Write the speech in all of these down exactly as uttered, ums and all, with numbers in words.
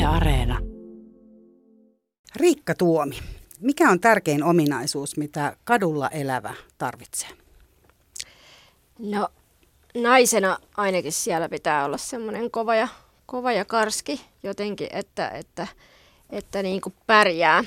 Areena. Riikka Tuomi, mikä on tärkein ominaisuus, mitä kadulla elävä tarvitsee? No naisena ainakin siellä pitää olla semmoinen kova ja, kova ja karski jotenkin, että, että, että niin kuin pärjää,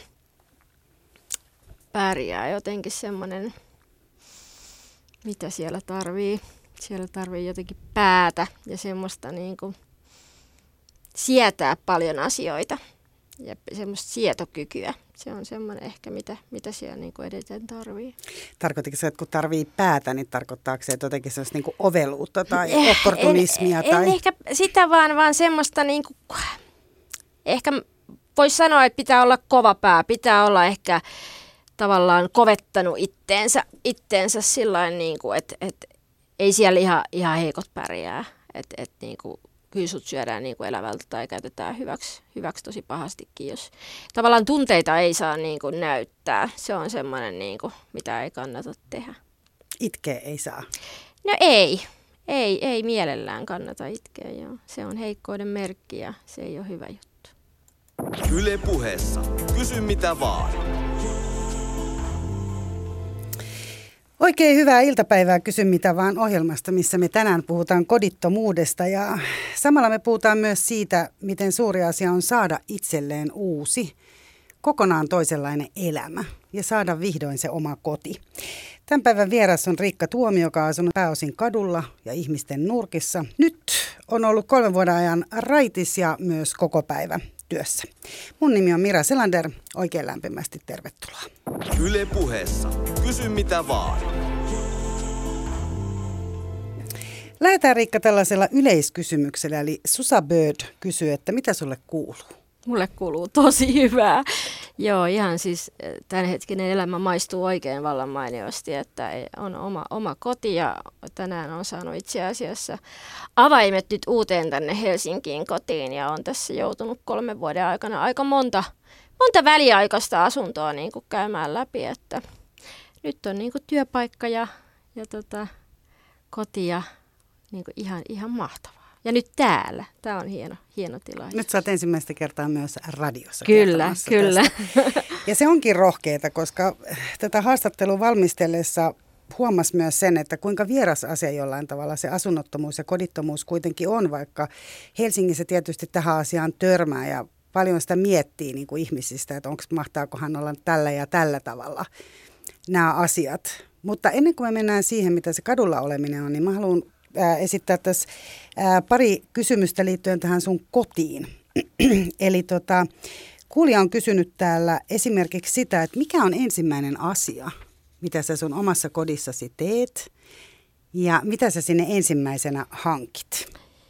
pärjää jotenkin semmoinen, mitä siellä tarvii. Siellä tarvii jotenkin päätä ja semmoista niin kuin sietää paljon asioita ja semmoista sietokykyä. Se on semmoinen ehkä, mitä, mitä siellä niin kuin edelleen tarvii. Tarkoitatko se, että kun tarvii päätä, niin tarkoittaako se, että jotenkin sellaista niin kuin oveluutta tai opportunismia? En, tai... en ehkä sitä vaan, vaan semmoista, niin kuin, ehkä voisi sanoa, että pitää olla kova pää, pitää olla ehkä tavallaan kovettanut itteensä, itteensä sillain, niin kuin, että, että ei siellä ihan, ihan heikot pärjää, että et, niinku, kyllä sut syödään niinku elävältä tai käytetään hyväksi, hyväksi tosi pahastikin, jos tavallaan tunteita ei saa niinku näyttää. Se on semmoinen, niinku, mitä ei kannata tehdä. Itkeä ei saa? No ei, ei, ei mielellään kannata itkeä, joo. Se on heikkouden merkki ja se ei ole hyvä juttu. Yle Puheessa. Kysy mitä vaan. Oikein hyvää iltapäivää Kysy mitä vaan -ohjelmasta, missä me tänään puhutaan kodittomuudesta ja samalla me puhutaan myös siitä, miten suuri asia on saada itselleen uusi, kokonaan toisenlainen elämä ja saada vihdoin se oma koti. Tämän päivän vieras on Riikka Tuomi, joka on asunut pääosin kadulla ja ihmisten nurkissa. Nyt on ollut kolmen vuoden ajan raitis ja myös koko päivä työssä. Mun nimi on Mira Selander. Oikein lämpimästi tervetuloa. Yle Puheessa. Kysy mitä vaan. Lähdetään Riikka tällaisella yleiskysymyksellä. Eli Susa Bird kysyy, että mitä sulle kuuluu? Mulle kuuluu tosi hyvää. Joo, ihan siis tämänhetkinen elämä maistuu oikein vallan mainiosti, että on oma, oma koti ja tänään on saanut itse asiassa avaimet nyt uuteen tänne Helsinkiin kotiin ja on tässä joutunut kolmen vuoden aikana aika monta, monta väliaikaista asuntoa niin kuin käymään läpi, että nyt on niin kuin työpaikka ja, ja tota, koti ja niin kuin ihan, ihan mahtavaa. Ja nyt täällä. Tämä on hieno, hieno tilaisuus. Nyt sä oot ensimmäistä kertaa myös radiossa. Kyllä, kyllä. Tästä. Ja se onkin rohkeeta, koska tätä haastattelua valmistellessa huomasi myös sen, että kuinka vieras asia jollain tavalla se asunnottomuus ja kodittomuus kuitenkin on, vaikka Helsingissä tietysti tähän asiaan törmää ja paljon sitä miettii niin kuin ihmisistä, että onko mahtaakohan olla tällä ja tällä tavalla nämä asiat. Mutta ennen kuin me mennään siihen, mitä se kadulla oleminen on, niin mä haluan esittää tässä ää, pari kysymystä liittyen tähän sun kotiin. Eli tota, kuulija on kysynyt täällä esimerkiksi sitä, että mikä on ensimmäinen asia, mitä sä sun omassa kodissasi teet ja mitä sä sinne ensimmäisenä hankit?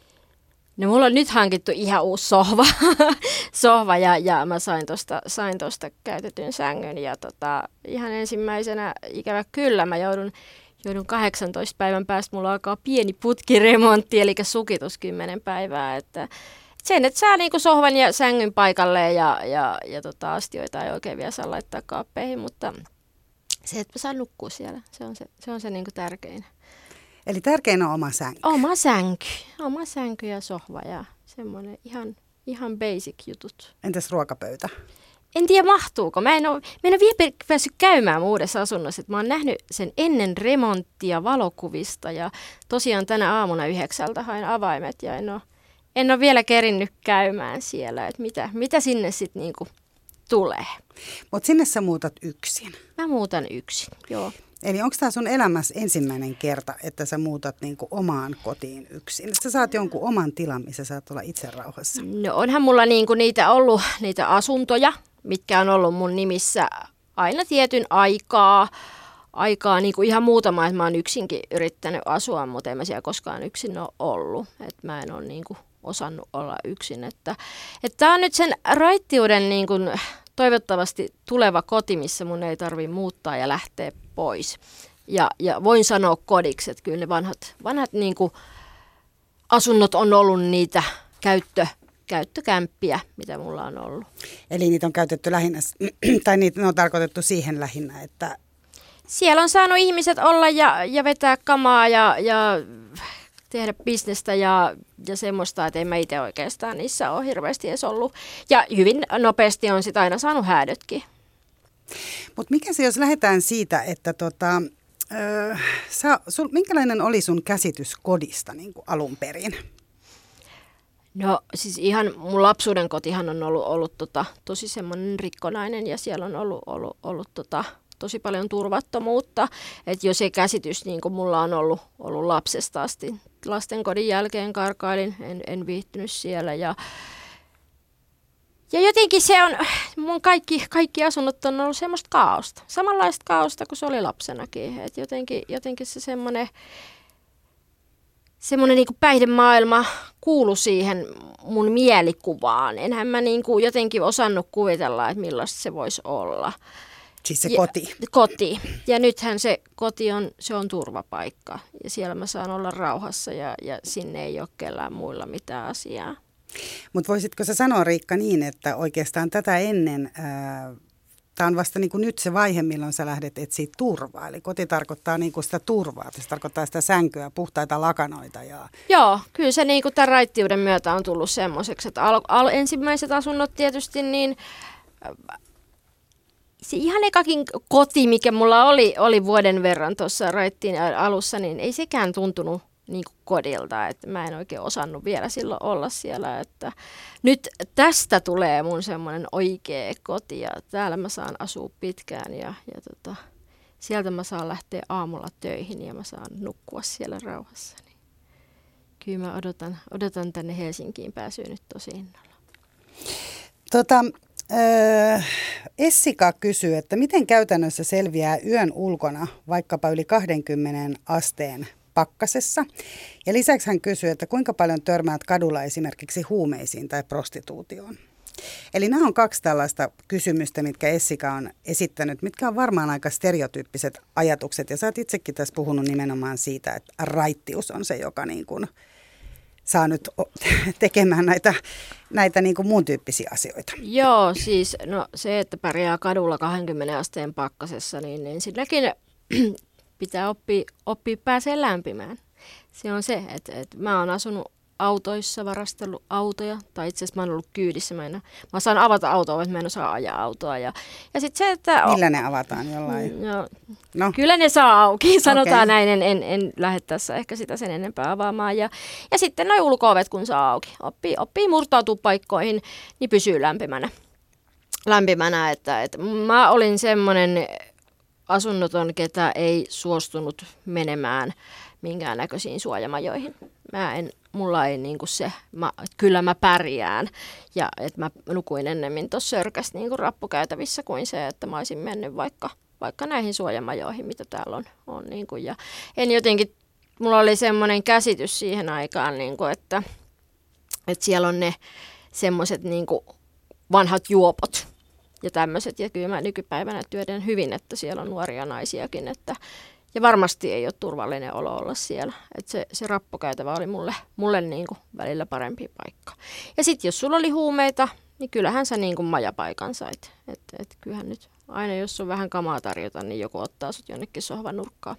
No mulla on nyt hankittu ihan uusi sohva, sohva ja, ja mä sain tosta, sain tosta käytetyn sängyn ja tota, ihan ensimmäisenä ikävä kyllä mä joudun Joudun kahdeksantoista päivän päästä, mulla alkaa pieni putkiremontti, eli sukitus kymmenen päivää. Että sen, että saa niinku sohvan ja sängyn paikalleen ja, ja, ja tota, astioita ei oikein vielä saa laittaa kaappeihin, mutta se, että mä saan nukkua siellä, se on se, se, on se niinku tärkein. Eli tärkein on oma sänky. Oma sänky, oma sänky ja sohva ja semmoinen ihan, ihan basic jutut. Entäs ruokapöytä? En tiedä mahtuuko. Mä en ole, mä en ole vielä päässyt käymään mun uudessa asunnossa. Mä oon nähnyt sen ennen remonttia valokuvista ja tosiaan tänä aamuna yhdeksältä hain avaimet ja en ole, en ole vielä kerinnyt käymään siellä, että mitä, mitä sinne sitten niinku tulee. Mutta sinne sä muutat yksin? Mä muutan yksin, joo. Eli onko tämä sun elämässä ensimmäinen kerta, että sä muutat niinku omaan kotiin yksin? Että sä saat jonkun oman tilan, missä saat olla itse rauhassa? No onhan mulla niinku niitä ollut, niitä asuntoja, mitkä on ollut mun nimissä aina tietyn aikaa. Aikaa niinku ihan muutama, että mä oon yksinkin yrittänyt asua, mutta en mä siellä koskaan yksin ole ollut. Että mä en ole niinku osannut olla yksin. Että, että tää on nyt sen raittiuden niinku toivottavasti tuleva koti, missä mun ei tarvitse muuttaa ja lähteä pois. Ja, ja voin sanoa kodiksi, että kyllä ne vanhat, vanhat niin kuin asunnot on ollut niitä käyttö, käyttökämppiä, mitä mulla on ollut. Eli niitä on käytetty lähinnä, tai niitä on tarkoitettu siihen lähinnä, että... Siellä on saanut ihmiset olla ja, ja vetää kamaa ja, ja tehdä bisnestä ja, ja semmoista, että en mä itse oikeastaan niissä ole hirveästi edes ollut. Ja hyvin nopeasti on sitä aina saanut häädötkin. Mutta mikä se, jos lähdetään siitä, että tota, öö, sä, sul, minkälainen oli sun käsitys kodista niin kuin alun perin? No siis ihan mun lapsuuden kotihan on ollut, ollut tota, tosi semmoinen rikkonainen ja siellä on ollut, ollut, ollut tota, tosi paljon turvattomuutta. Että jo se käsitys niin kuin mulla on ollut, ollut lapsesta asti. Lastenkodin jälkeen karkailin, en, en viihtynyt siellä ja Ja jotenkin se on, mun kaikki, kaikki asunnot on ollut semmoista kaaosta. Samanlaista kaaosta kuin se oli lapsenakin. Et jotenkin, jotenkin se semmoinen, semmoinen niinku päihdemaailma kuului siihen mun mielikuvaan. Enhän mä niinku jotenkin osannut kuvitella, että millaista se voisi olla. Siis se ja, koti. Koti. Ja nythän se koti on, se on turvapaikka. Ja siellä mä saan olla rauhassa ja, ja sinne ei ole kellään muilla mitään asiaa. Mutta voisitko sä sanoa, Riikka, niin, että oikeastaan tätä ennen, tämä on vasta niinku nyt se vaihe, milloin sä lähdet etsiä turvaa. Eli koti tarkoittaa niinku sitä turvaa, se tarkoittaa sitä sänkyä, puhtaita lakanoita. Ja... Joo, kyllä se niinku tämän raittiuden myötä on tullut semmoiseksi, että al- al- ensimmäiset asunnot tietysti, niin se ihan ekakin koti, mikä mulla oli, oli vuoden verran tuossa raittiin alussa, niin ei sekään tuntunut niin kuin kodilta, että mä en oikein osannut vielä silloin olla siellä, että nyt tästä tulee mun semmoinen oikea koti ja täällä mä saan asua pitkään ja, ja tota, sieltä mä saan lähteä aamulla töihin ja mä saan nukkua siellä rauhassa. Niin kyllä mä odotan, odotan tänne Helsinkiin pääsyä nyt tosi innolla. Tota, äh, Essika kysyy, että miten käytännössä selviää yön ulkona vaikkapa yli kaksikymmentä asteen pakkasessa. Ja lisäksi hän kysyy, että kuinka paljon törmäät kadulla esimerkiksi huumeisiin tai prostituutioon. Eli nämä on kaksi tällaista kysymystä, mitkä Essika on esittänyt, mitkä on varmaan aika stereotyyppiset ajatukset. Ja sä oot itsekin tässä puhunut nimenomaan siitä, että raittius on se, joka niin kuin saa nyt tekemään näitä, näitä niin kuin muun tyyppisiä asioita. Joo, siis no, se, että pärjää kadulla kaksikymmentä asteen pakkasessa, niin ensinnäkin pitää oppia, oppia pääsee lämpimään. Se on se, että, että mä oon asunut autoissa, varastellut autoja, tai itse asiassa mä oon ollut kyydissä. Mä, en, mä saan avata autoa, että mä en osaa ajaa autoa. Ja, ja sit se, että... Millä ne avataan jollain? No, no. Kyllä ne saa auki, sanotaan okay. Näin. En, en, en lähde tässä ehkä sitä sen enempää avaamaan. Ja, ja sitten noi ulko-ovet, kun saa auki. Oppii, oppii murtautua paikkoihin, niin pysyy lämpimänä. Lämpimänä, että, että mä olin semmoinen asunnoton, ketä ei suostunut menemään minkäännäköisiin suojamajoihin. Mä en, mulla ei niinku se, mä, kyllä mä pärjään ja että mä nukuin ennemmin tuossa sörkäs niinku rappukäytävissä kuin se, että mä olisin mennyt vaikka, vaikka näihin suojamajoihin, mitä täällä on. on niinku, ja en jotenkin, mulla oli semmoinen käsitys siihen aikaan, niinku, että, että siellä on ne semmoiset niinku vanhat juopot ja tämmöiset. Ja kyllä mä nykypäivänä työdän hyvin, että siellä on nuoria naisiakin, että ja varmasti ei ole turvallinen olo olla siellä. Et se, se rappukäytävä oli mulle, mulle niinku välillä parempi paikka. Ja sitten jos sulla oli huumeita, niin kyllähän sä niinku majapaikan sait. Et, et kyllähän nyt aina jos on vähän kamaa tarjota, niin joku ottaa sut jonnekin sohvan nurkkaan.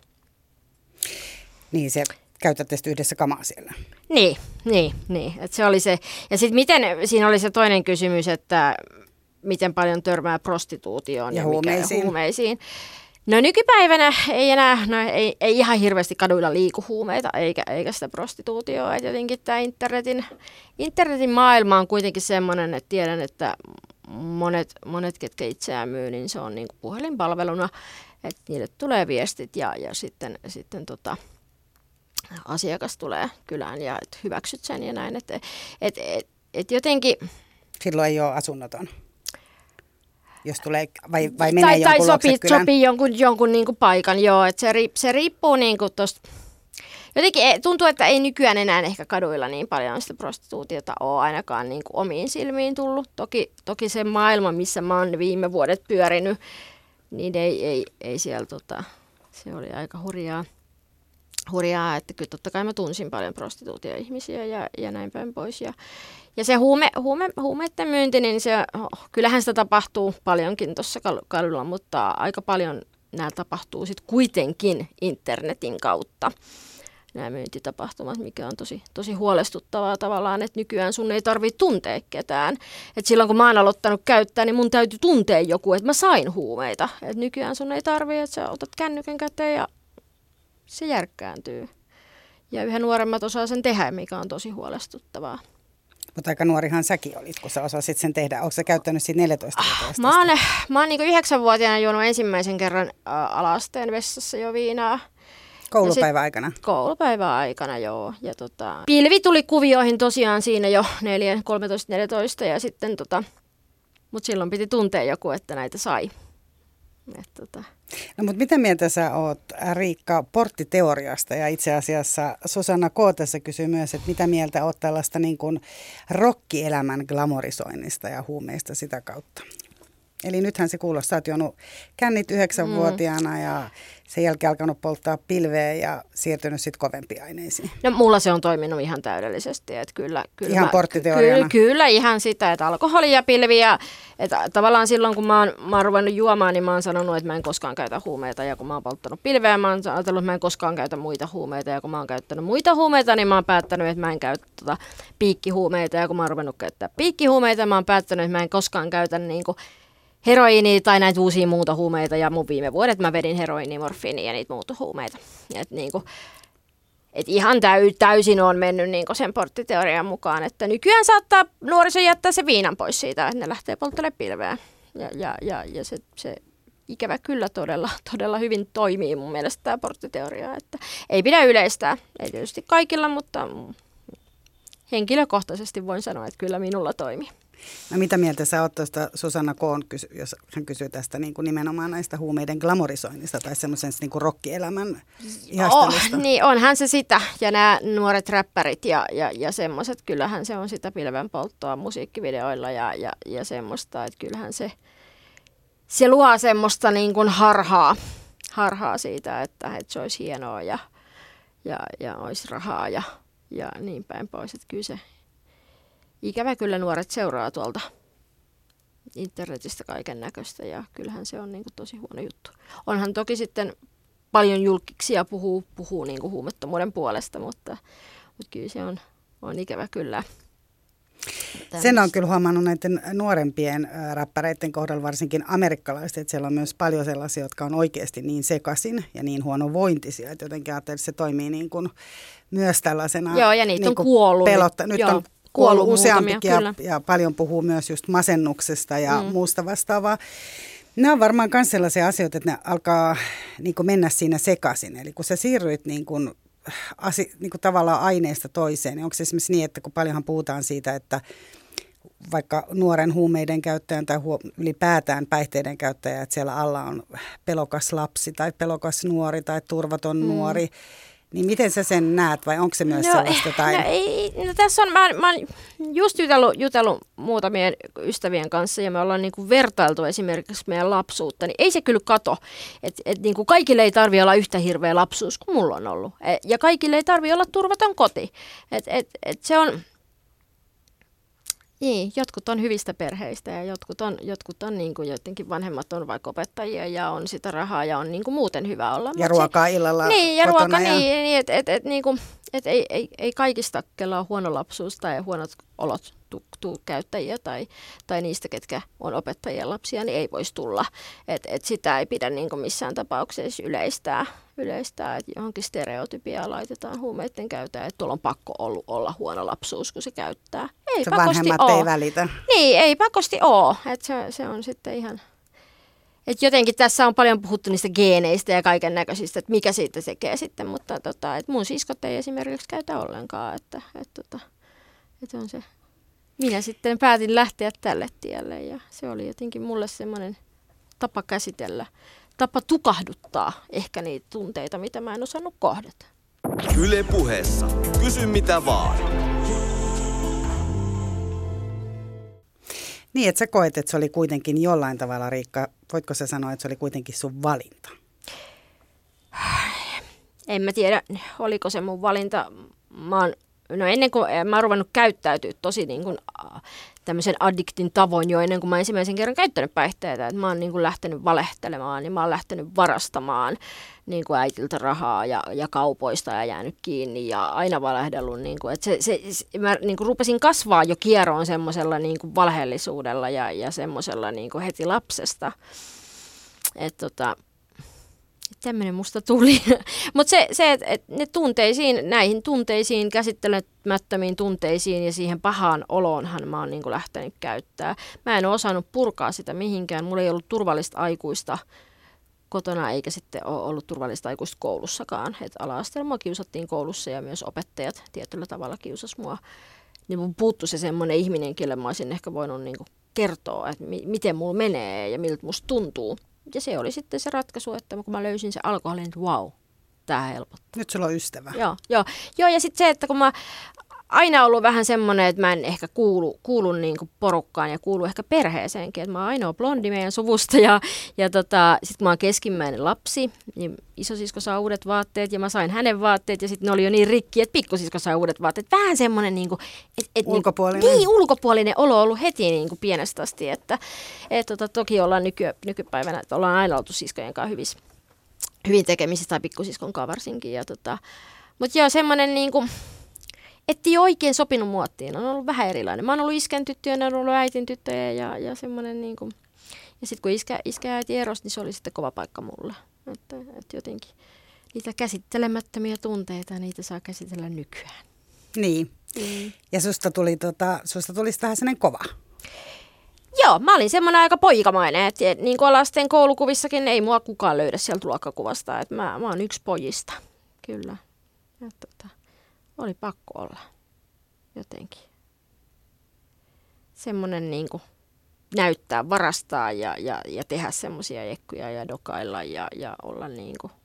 Niin, se käytätte yhdessä kamaa siellä. Niin, niin, niin. Et se oli se. Ja sitten miten, siinä oli se toinen kysymys, että miten paljon törmää prostituutioon ja, ja huumeisiin. Mikä, huumeisiin. No nykypäivänä ei enää, no ei, ei ihan hirveästi kaduilla liiku huumeita eikä, eikä sitä prostituutioa. Et jotenkin tämä internetin, internetin maailma on kuitenkin semmoinen, että tiedän, että monet, monet ketkä itseään myy, niin se on niin kuin puhelinpalveluna, että niille tulee viestit ja, ja sitten, sitten tota, asiakas tulee kylään ja et hyväksyt sen ja näin. Että et, et, et jotenkin... Silloin ei ole asunnoton. Jos tulee, vai, vai menee tai, jonkun tai sopii, sopii jonkun, jonkun niinku paikan, joo. Et se, riip, se riippuu niinku tosta. Jotenkin tuntuu, että ei nykyään enää ehkä kaduilla niin paljon sitä prostituutiota ole ainakaan niinku omiin silmiin tullut. Toki, toki se maailma, missä mä oon viime vuodet pyörinyt, niin ei, ei, ei siellä, tota, se oli aika hurjaa. hurjaa, että kyllä totta kai mä tunsin paljon prostituutioihmisiä ja, ja näin päin pois. Ja, ja se huume, huume, huumeiden myynti, niin se, oh, kyllähän sitä tapahtuu paljonkin tuossa kadulla, mutta aika paljon nämä tapahtuu sitten kuitenkin internetin kautta. nämä myyntitapahtumat, mikä on tosi, tosi huolestuttavaa tavallaan, että nykyään sun ei tarvitse tuntea ketään. Et silloin kun mä oon aloittanut käyttää, niin mun täytyy tuntea joku, että mä sain huumeita. Et nykyään sun ei tarvitse, että sä otat kännykän käteen ja se järkkääntyy. Ja yhä nuoremmat osaa sen tehdä, mikä on tosi huolestuttavaa. Mutta aika nuorihan säkin olit, kun sä osasit sen tehdä. Oletko sä käyttänyt siitä neljätoista-vuotiaasta? Mä oon, mä oon niin yhdeksänvuotiaana juonut ensimmäisen kerran ä, ala-asteen vessassa jo viinaa. Koulupäivän aikana? Koulupäivän aikana, joo. Ja tota, pilvi tuli kuvioihin tosiaan siinä jo kolmetoista neljätoista, ja sitten tota, mutta silloin piti tuntea joku, että näitä sai. Et, tota. No mutta mitä mieltä sä oot, Riikka, porttiteoriasta, ja itse asiassa Susanna K. tässä kysyy myös, että mitä mieltä oot tällaista niin kuin rokkielämän glamorisoinnista ja huumeista sitä kautta? Eli nythän se kuulostaa, sä oot juonut kännit yhdeksänvuotiaana mm. ja sen jälkeen alkanut polttaa pilveä ja siirtynyt sitten kovempiin aineisiin. No mulla se on toiminut ihan täydellisesti. Että kyllä, kyllä ihan mä, porttiteoriana? Kyllä, kyllä ihan sitä, että alkoholi ja pilvi. Ja, että tavallaan silloin kun mä oon, mä oon ruvennut juomaan, niin mä oon sanonut, että mä en koskaan käytä huumeita. Ja kun mä oon polttanut pilveä, mä oon ajatellut, että mä en koskaan käytä muita huumeita. Ja kun mä oon käyttänyt muita huumeita, niin mä oon päättänyt, että mä en käytä tota piikkihuumeita. Ja kun mä oon ruvennut käyttää piikkihuumeita, mä oon päättänyt, että mä en koskaan käytä niinku heroiini tai näitä uusia muuntohuumeita, ja mun viime vuodet mä vedin heroiini, morfiini ja niitä muuntohuumeita. Et niinku, et ihan täy, täysin on mennyt niinku sen porttiteorian mukaan, että nykyään saattaa nuoriso jättää se viinan pois siitä, että ne lähtee polttelemaan pilveä. Ja, ja, ja, ja se, se ikävä kyllä todella, todella hyvin toimii mun mielestä tämä porttiteoria. Että ei pidä yleistää, ei tietysti kaikilla, mutta henkilökohtaisesti voin sanoa, että kyllä minulla toimii. No mitä mieltä sä oot tuosta Susanna K., jos hän kysyy tästä niin kuin nimenomaan näistä huumeiden glamorisoinnista tai semmoisen niin kuin rokkielämän ihastelusta? Oh, niin onhan se sitä, ja nämä nuoret räppärit ja, ja, ja semmoiset, kyllähän se on sitä pilvenpolttoa musiikkivideoilla ja, ja, ja semmoista, että kyllähän se, se luo semmoista niin kuin harhaa, harhaa siitä, että, että se olisi hienoa ja, ja, ja olisi rahaa ja, ja niin päin pois, että kyllä se ikävä kyllä nuoret seuraa tuolta internetistä kaiken näköistä, ja kyllähän se on niin kuin tosi huono juttu. Onhan toki sitten paljon julkiksia puhuu, puhuu niin kuin huumettomuuden puolesta, mutta, mutta kyllä se on, on ikävä kyllä. Tämmöistä. Sen on kyllä huomannut näiden nuorempien räppäreiden kohdalla, varsinkin amerikkalaisten, että siellä on myös paljon sellaisia, jotka on oikeasti niin sekaisin ja niin huonovointisia, että jotenkin ajattelee, että se toimii niin kuin myös tällaisena. Joo, ja niitä niin on kuollut. Pelotta. Nyt Joo. on kuollut useampikin ja, ja paljon puhuu myös just masennuksesta ja mm. muusta vastaavaa. Nämä on varmaan myös sellaisia asioita, että ne alkaa niin kuin mennä siinä sekaisin. Eli kun sä siirryit niin kuin, asi, niin kuin tavallaan aineesta toiseen, niin onko se esimerkiksi niin, että kun paljonhan puhutaan siitä, että vaikka nuoren huumeiden käyttäjän tai huo, ylipäätään päihteiden käyttäjä, että siellä alla on pelokas lapsi tai pelokas nuori tai turvaton mm. nuori, niin miten sä sen näet, vai onko se myös no, sellaista? Tai... No ei, no tässä on, mä, mä oon just jutellut, jutellut muutamien ystävien kanssa, ja me ollaan niinku vertailtu esimerkiksi meidän lapsuutta, niin ei se kyllä kato, että et niinku kaikille ei tarvitse olla yhtä hirveä lapsuus kuin mulla on ollut, et, ja kaikille ei tarvitse olla turvaton koti, että et, et se on... Niin, jotkut on hyvistä perheistä ja jotkut on, jotkut on niin kuin jotenkin vanhemmat on vaikka opettajia ja on sitä rahaa ja on niin kuin muuten hyvä olla. Ja ruokaa illalla niin, ja kotona. Ruoka, ja... niin, niin että et, et, niin kuin, et ei, ei, ei kaikista, kellä on huono lapsuus tai huonot olot tu, tu, käyttäjiä tai, tai niistä, ketkä on opettajien lapsia, niin ei voisi tulla. Et, et sitä ei pidä niin kuin missään tapauksessa yleistää, yleistää että johonkin stereotypiaa laitetaan huumeiden käyttäjä, että tuolla on pakko ollut olla huono lapsuus, kun se käyttää. Ei se pakosti vanhemmat ole. Ei välitä. Niin, ei pakosti ole. Et se, se on sitten ihan... Et jotenkin tässä on paljon puhuttu niistä geeneistä ja kaiken näköisistä, että mikä siitä tekee sitten, mutta tota, et mun siskot ei esimerkiksi käytä ollenkaan, että et, tota, et on se. Minä sitten päätin lähteä tälle tielle ja se oli jotenkin mulle semmoinen tapa käsitellä, tapa tukahduttaa ehkä niitä tunteita, mitä mä en osannut kohdata. Yle Puheessa. Kysy mitä vaan. Niin, että sä koet, että se oli kuitenkin jollain tavalla, Riikka, voitko sä sanoa, että se oli kuitenkin sun valinta? En mä tiedä, oliko se mun valinta. Mä oon no ennen kuin mä oon ruvennut käyttäytyä tosi niin kuin, tämmöisen addiktin tavoin jo ennen kuin mä ensimmäisen kerran käyttänyt päihteitä. Et mä oon niin kuin lähtenyt valehtelemaan ja mä oon lähtenyt varastamaan niin kuin äitiltä rahaa ja, ja kaupoista ja jäänyt kiinni ja aina valehdellut. Niin kuin, että se, se, se, mä niin kuin rupesin kasvaa jo kieroon semmoisella niin kuin valheellisuudella ja, ja semmoisella niin kuin heti lapsesta. Että tota... Tämmöinen musta tuli. Mutta se, se että et ne tunteisiin, näihin tunteisiin, käsittelemättömiin tunteisiin ja siihen pahaan oloonhan mä oon niinku lähtenyt käyttää. Mä en ole osannut purkaa sitä mihinkään. Mulla ei ollut turvallista aikuista kotona eikä sitten ole ollut turvallista aikuista koulussakaan. Et ala-asteella mua kiusattiin koulussa ja myös opettajat tietyllä tavalla kiusas mua. Niin mun puuttui se semmoinen ihminen, kelle mä olisin ehkä voinut niinku kertoa, että mi- miten mulla menee ja miltä musta tuntuu. Ja se oli sitten se ratkaisu, että kun mä löysin se alkoholin, että vau, wow, tää helpottaa. Nyt sulla on ystävä. Joo, joo. joo ja sitten se, että kun mä aina ollut vähän semmoinen, että mä en ehkä kuulu, kuulu niinku porukkaan ja kuulu ehkä perheeseenkin. Että mä oon ainoa blondi meidän suvusta ja, ja tota, sitten kun mä oon keskimmäinen lapsi, niin isosisko saa uudet vaatteet ja mä sain hänen vaatteet ja sitten ne oli jo niin rikki, että pikkusisko saa uudet vaatteet. Vähän semmoinen niinku, et, et, ulkopuolinen. Niin, ulkopuolinen olo on ollut heti niinku pienestä asti. Että, et, tota, toki ollaan nyky, nykypäivänä, että ollaan aina oltu siskojen kanssa hyvissä, hyvin tekemisissä tai pikkusiskon kanssa varsinkin. Ja, tota, mutta joo, semmoinen niinku... Ettei oikein sopinut muottiin. On ollut vähän erilainen. Mä oon ollut iskän tyttöjä, ne on ollut äitin tyttöjä ja, ja semmoinen niinku... Ja sitten kun iskä, iskä ja äiti erosi, niin se oli sitten kova paikka mulle. Että, että jotenkin niitä käsittelemättömiä tunteita, niitä saa käsitellä nykyään. Niin. Mm. Ja susta tuli, tota, susta tuli vähän sellainen kova. Joo, mä olin semmoinen aika poikamainen, että niin kuin lasten koulukuvissakin ei mua kukaan löydä sieltä luokkakuvasta. Että mä, mä oon yksi pojista, kyllä. Ja, tota, oli pakko olla jotenkin. Semmoinen niin kuin näyttää, varastaa ja, ja, ja tehdä semmoisia jekkuja ja dokailla ja, ja olla niin kuin,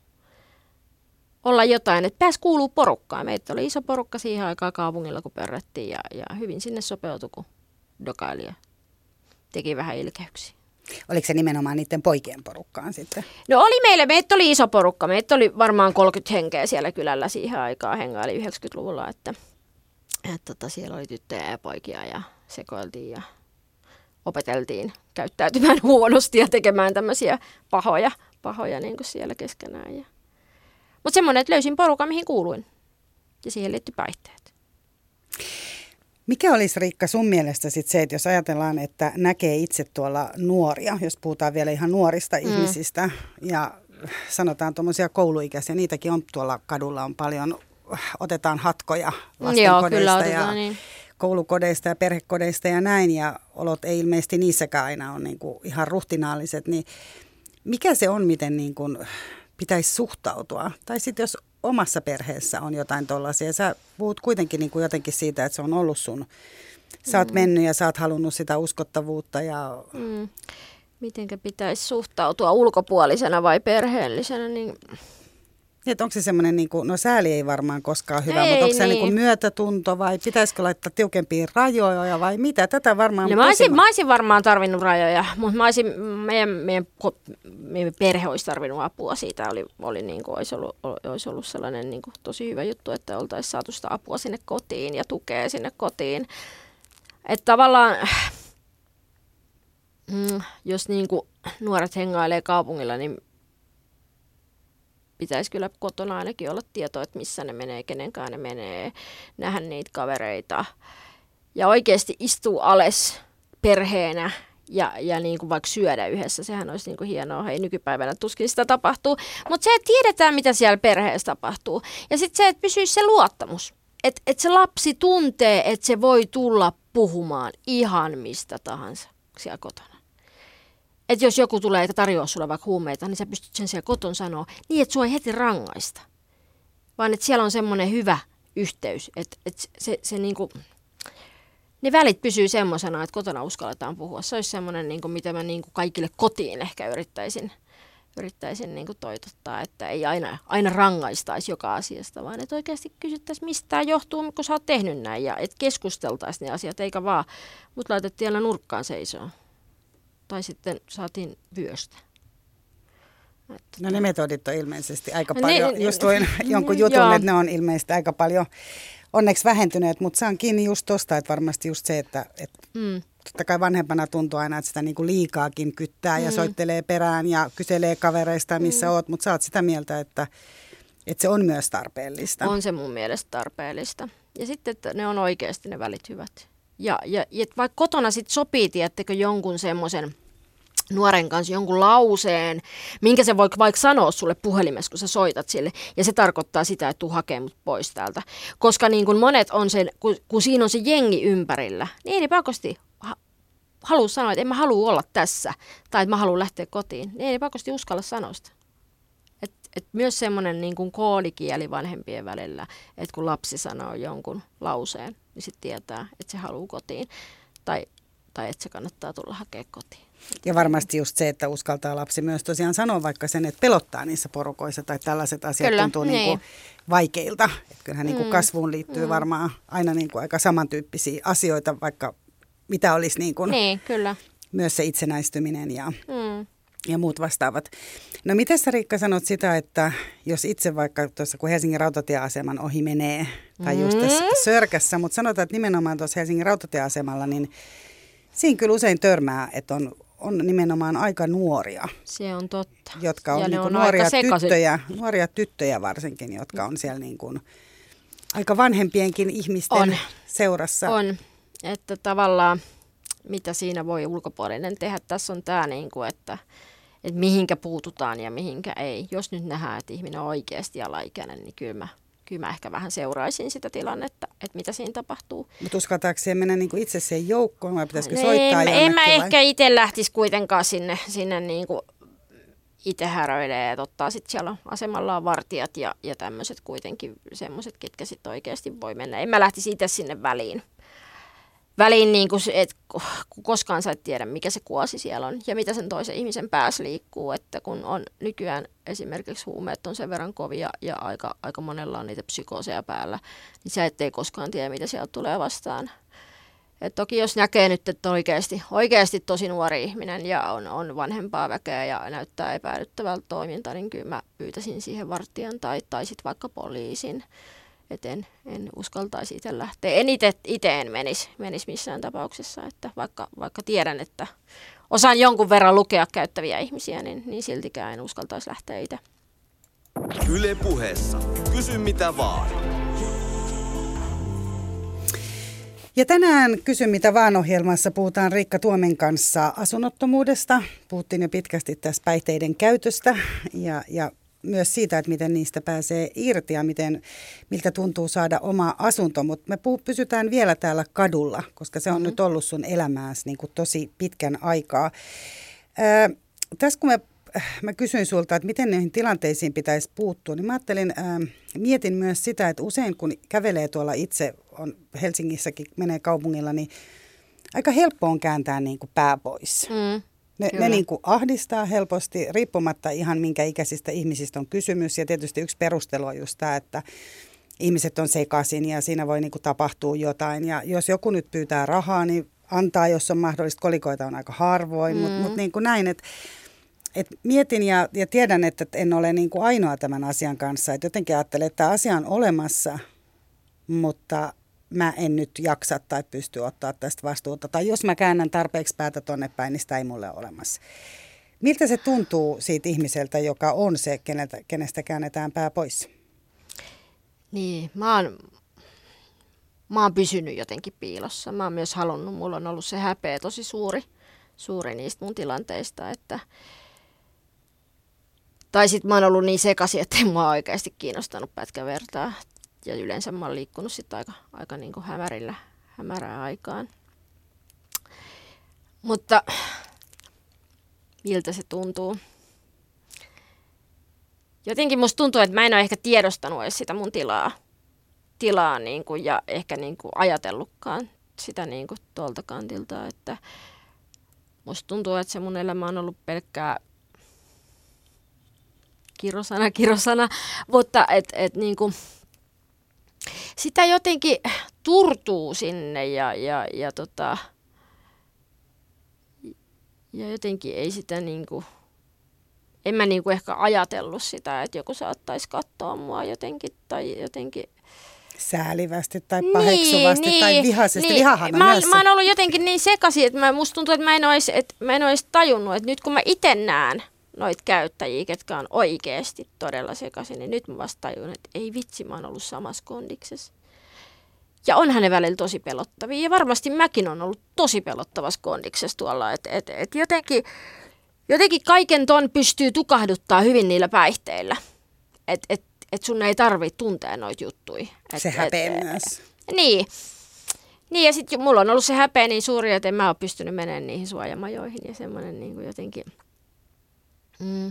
olla jotain, että pääsi kuuluu porukkaan. Meitä oli iso porukka siihen aikaan kaupungilla, kun pörrättiin ja, ja hyvin sinne sopeutui, kun dokaili ja teki vähän ilkeyksiä. Oliko se nimenomaan niiden poikien porukkaan sitten? No oli meillä, meitä oli iso porukka. Meitä oli varmaan kolmekymmentä henkeä siellä kylällä siihen aikaan, hengaili yhdeksänkymmentäluvulla, että, että, että siellä oli tyttöjä ja poikia ja sekoiltiin ja opeteltiin käyttäytymään huonosti ja tekemään tämmöisiä pahoja, pahoja niin kuin siellä keskenään. Ja... Mutta semmoinen, että löysin porukan, mihin kuuluin. Ja siihen liittyi päihteet. Mikä olisi, Riikka, sun mielestä sit se, että jos ajatellaan, että näkee itse tuolla nuoria, jos puhutaan vielä ihan nuorista mm. ihmisistä, ja sanotaan tuommoisia kouluikäisiä, niitäkin on tuolla kadulla on paljon, otetaan hatkoja lastenkodeista Joo, ja niin. koulukodeista ja perhekodeista ja näin, ja olot ei ilmeisesti niissäkään aina ole niin kuin ihan ruhtinaalliset, niin mikä se on, miten niin kuin pitäisi suhtautua? Tai sitten jos omassa perheessä on jotain tollaisia, sä puhut kuitenkin niin kuin jotenkin siitä, että se on ollut sun, sä oot mm. mennyt ja sä oot halunnut sitä uskottavuutta. Ja... Mm. Mitenkä pitäisi suhtautua ulkopuolisena vai perheellisenä? Niin... Että onko se semmoinen, niin kuin, no sääli ei varmaan koskaan hyvä, ei, mutta onko se niin. niin kuin myötätunto vai pitäisikö laittaa tiukempia rajoja vai mitä? Tätä varmaan... No, mä, olisin, mä olisin varmaan tarvinnut rajoja, mutta mä olisin, meidän, meidän, meidän perhe olisi tarvinnut apua. Siitä oli, oli niin kuin, olisi, ollut, olisi ollut sellainen niin kuin, tosi hyvä juttu, että oltaisiin saatu sitä apua sinne kotiin ja tukea sinne kotiin. Että tavallaan, mm, jos niin kuin, nuoret hengailee kaupungilla, niin pitäisi kyllä kotona ainakin olla tietoa, että missä ne menee, kenenkaan ne menee, nähdä niitä kavereita. Ja oikeasti istuu alas perheenä ja, ja niin kuin vaikka syödä yhdessä. Sehän olisi niin kuin hienoa. Hei, nykypäivänä tuskin sitä tapahtuu. Mutta se, että tiedetään, mitä siellä perheessä tapahtuu. Ja sitten se, että pysyisi se luottamus. Että et se lapsi tuntee, että se voi tulla puhumaan ihan mistä tahansa siellä kotona. Että jos joku tulee ja tarjoaa sulle vaikka huumeita, niin sä pystyt sen siellä koton sanoa niin, että sua ei heti rangaista. Vaan että siellä on semmoinen hyvä yhteys, että, että se, se niinku, ne välit pysyy semmoisena, että kotona uskalletaan puhua. Se olisi semmoinen, niinku, mitä mä niinku kaikille kotiin ehkä yrittäisin, yrittäisin niinku toitottaa, että ei aina, aina rangaistaisi joka asiasta, vaan että oikeasti kysyttäisiin, mistä tämä johtuu, kun sä oot tehnyt näin, ja että keskusteltaisiin ne asiat, eikä vaan mut laitettiin aina nurkkaan seisoon. Tai sitten saatiin vyöstä. No ne metodit on ilmeisesti aika paljon, ne, just luin jonkun jutun, joo. että ne on ilmeisesti aika paljon onneksi vähentyneet, mutta se on kiinni just tosta, että varmasti just se, että, että mm. totta kai vanhempana tuntuu aina, että sitä niinku liikaakin kyttää mm. ja soittelee perään ja kyselee kavereista, missä mm. oot, mutta sä oot sitä mieltä, että, että se on myös tarpeellista. On se mun mielestä tarpeellista. Ja sitten, että ne on oikeasti ne välit hyvät. Ja, ja, ja vaikka kotona sitten sopii, tiettekö, jonkun semmoisen nuoren kanssa jonkun lauseen, minkä se voi vaikka sanoa sulle puhelimessa, kun sä soitat sille, ja se tarkoittaa sitä, että tuu hakee mut pois täältä. Koska niin kun monet on sen, kun, kun siinä on se jengi ympärillä, niin ei ne pakosti ha- halua sanoa, että en mä halua olla tässä, tai että mä haluan lähteä kotiin, niin ei ne pakosti uskalla sanoa sitä. Et, et myös semmoinen niin kun koodikieli vanhempien välillä, että kun lapsi sanoo jonkun lauseen, niin sitten tietää, että se haluaa kotiin, tai, tai että se kannattaa tulla hakea kotiin. Ja varmasti just se, että uskaltaa lapsi myös tosiaan sanoa vaikka sen, että pelottaa niissä porukoissa tai tällaiset asiat Kyllä, tuntuu niin. Niin kuin vaikeilta. Että kyllähän niin kuin mm. kasvuun liittyy mm. varmaan aina niin kuin aika samantyyppisiä asioita, vaikka mitä olisi niin kuin niin, kyllä. myös se itsenäistyminen ja, mm. ja muut vastaavat. No miten sä, Riikka, sanot sitä, että jos itse vaikka tuossa kun Helsingin rautatieaseman ohi menee tai mm. just tässä Sörkässä, mutta sanotaan, että nimenomaan tuossa Helsingin rautatieasemalla, niin siinä kyllä usein törmää, että on on nimenomaan aika nuoria. Se on totta. Jotka on, niin on nuoria tyttöjä, nuoria tyttöjä varsinkin, jotka on siellä niin kuin aika vanhempienkin ihmisten on. seurassa. On, että tavallaan mitä siinä voi ulkopuolinen tehdä. Tässä on tämä, niin kuin, että, että mihinkä puututaan ja mihinkä ei. Jos nyt nähdään, että ihminen on oikeasti alaikäinen, niin kyllä mä, kyllä mä ehkä vähän seuraisin sitä tilannetta, että mitä siinä tapahtuu. Mutta uskaltaako siihen mennä niin kuin itse siihen joukkoon vai pitäisikö no soittaa en, jonnekin? En mä vai? ehkä itse lähtisi kuitenkaan sinne, sinne niin kuin itse häröilee, että ottaa sitten siellä asemalla on vartijat ja, ja tämmöiset kuitenkin semmoiset, ketkä sitten oikeasti voi mennä. En mä lähtisi itse sinne väliin. Väliin, niin kuin, että koskaan sä et tiedä, mikä se kuosi siellä on ja mitä sen toisen ihmisen päässä liikkuu. Että kun on nykyään esimerkiksi huumeet on sen verran kovia ja aika, aika monella on niitä psykooseja päällä, niin sä ettei koskaan tiedä, mitä sieltä tulee vastaan. Et toki jos näkee nyt, että oikeasti, oikeasti tosi nuori ihminen ja on, on vanhempaa väkeä ja näyttää epäilyttävältä toiminta, niin kyllä mä pyytäisin siihen vartijan tai, tai sitten vaikka poliisin. Et en, en uskaltaisi itse lähteä. En itse en menisi, menisi missään tapauksessa, että vaikka, vaikka tiedän, että osaan jonkun verran lukea käyttäviä ihmisiä, niin, niin siltikään en uskaltaisi lähteä itse. Yle Puheessa. Kysy mitä vaan. Ja tänään Kysy mitä vaan -ohjelmassa puhutaan Riikka Tuomen kanssa asunnottomuudesta. Puhuttiin jo pitkästi tästä päihteiden käytöstä ja, ja myös siitä, että miten niistä pääsee irti ja miten, miltä tuntuu saada oma asunto. Mutta me puh- pysytään vielä täällä kadulla, koska se on mm-hmm. nyt ollut sun elämääsi niin kuin tosi pitkän aikaa. Ää, tässä kun mä, mä kysyin sulta, että miten näihin tilanteisiin pitäisi puuttua, niin mä ajattelin, ää, mietin myös sitä, että usein kun kävelee tuolla itse, on Helsingissäkin menee kaupungilla, niin aika helppo on kääntää niin kuin pää pois. Mm. Ne, ne niin kuin ahdistaa helposti, riippumatta ihan minkä ikäisistä ihmisistä on kysymys. Ja tietysti yksi perustelu on just tämä, että ihmiset on sekaisin ja siinä voi niin kuin tapahtua jotain. Ja jos joku nyt pyytää rahaa, niin antaa, jos on mahdollista. Kolikoita on aika harvoin, mm. mutta mut niin kuin näin, että et mietin ja, ja tiedän, että en ole niin kuin ainoa tämän asian kanssa. Et jotenkin ajattelen, että tämä asia on olemassa, mutta mä en nyt jaksa tai pysty ottaa tästä vastuuta. Tai jos mä käännän tarpeeksi päätä tonne päin, niin sitä ei mulle ole olemassa. Miltä se tuntuu siitä ihmiseltä, joka on se, keneltä, kenestä käännetään pää pois? Niin, mä oon, mä oon pysynyt jotenkin piilossa. Mä oon myös halunnut, mulla on ollut se häpeä tosi suuri, suuri niistä mun tilanteista, että tai sit mä oon ollut niin sekaisin, että ei mua oikeasti kiinnostanut pätkän vertaa. Ja yleensä mä oon liikkunut sitten aika, aika niin kuin hämärillä, hämärään aikaan. Mutta miltä se tuntuu? Jotenkin musta tuntuu, että mä en ole ehkä tiedostanut edes sitä mun tilaa, tilaa niin kuin, ja ehkä niin kuin ajatellutkaan sitä niin kuin tuolta kantilta. Että musta tuntuu, että se mun elämä on ollut pelkkää kirosana, kirosana, mutta et, et niin kuin sitä jotenkin turtuu sinne ja, ja, ja, tota, ja jotenkin ei sitä niinku, en mä niinku ehkä ajatellut sitä, että joku saattaisi katsoa mua jotenkin tai jotenkin säälivästi tai paheksuvasti niin, tai vihaisesti. Niin. Vihahan on mä, myös mä oon ollut jotenkin niin sekaisin, että mä, musta tuntuu, että mä en olisi, että mä en olisi tajunnut, että nyt kun mä itse näen noita käyttäjiä, ketkä on oikeasti todella sekaisin, niin nyt mä vasta tajun, että ei vitsi, mä oon ollut samassa kondiksessa. Ja onhan ne välillä tosi pelottavia. Ja varmasti mäkin on ollut tosi pelottavassa kondiksessa tuolla. Että et, et jotenkin, jotenkin kaiken ton pystyy tukahduttaa hyvin niillä päihteillä. Että et, et sun ei tarvitse tuntea noita juttuja. Et, se häpeä et, myös. Niin. Niin ja sitten mulla on ollut se häpeä niin suuri, että en mä ole pystynyt menemään niihin suojamajoihin. Ja semmoinen niin kuin jotenkin... Mm.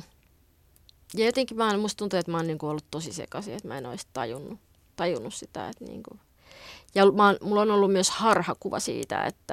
Ja jotenkin mä oon, musta tuntuu, että mä oon niin kuin ollut tosi sekaisin, että mä en olisi tajunnut, tajunnut sitä, että niin kuin... Ja mä oon, mulla on ollut myös harhakuva siitä, että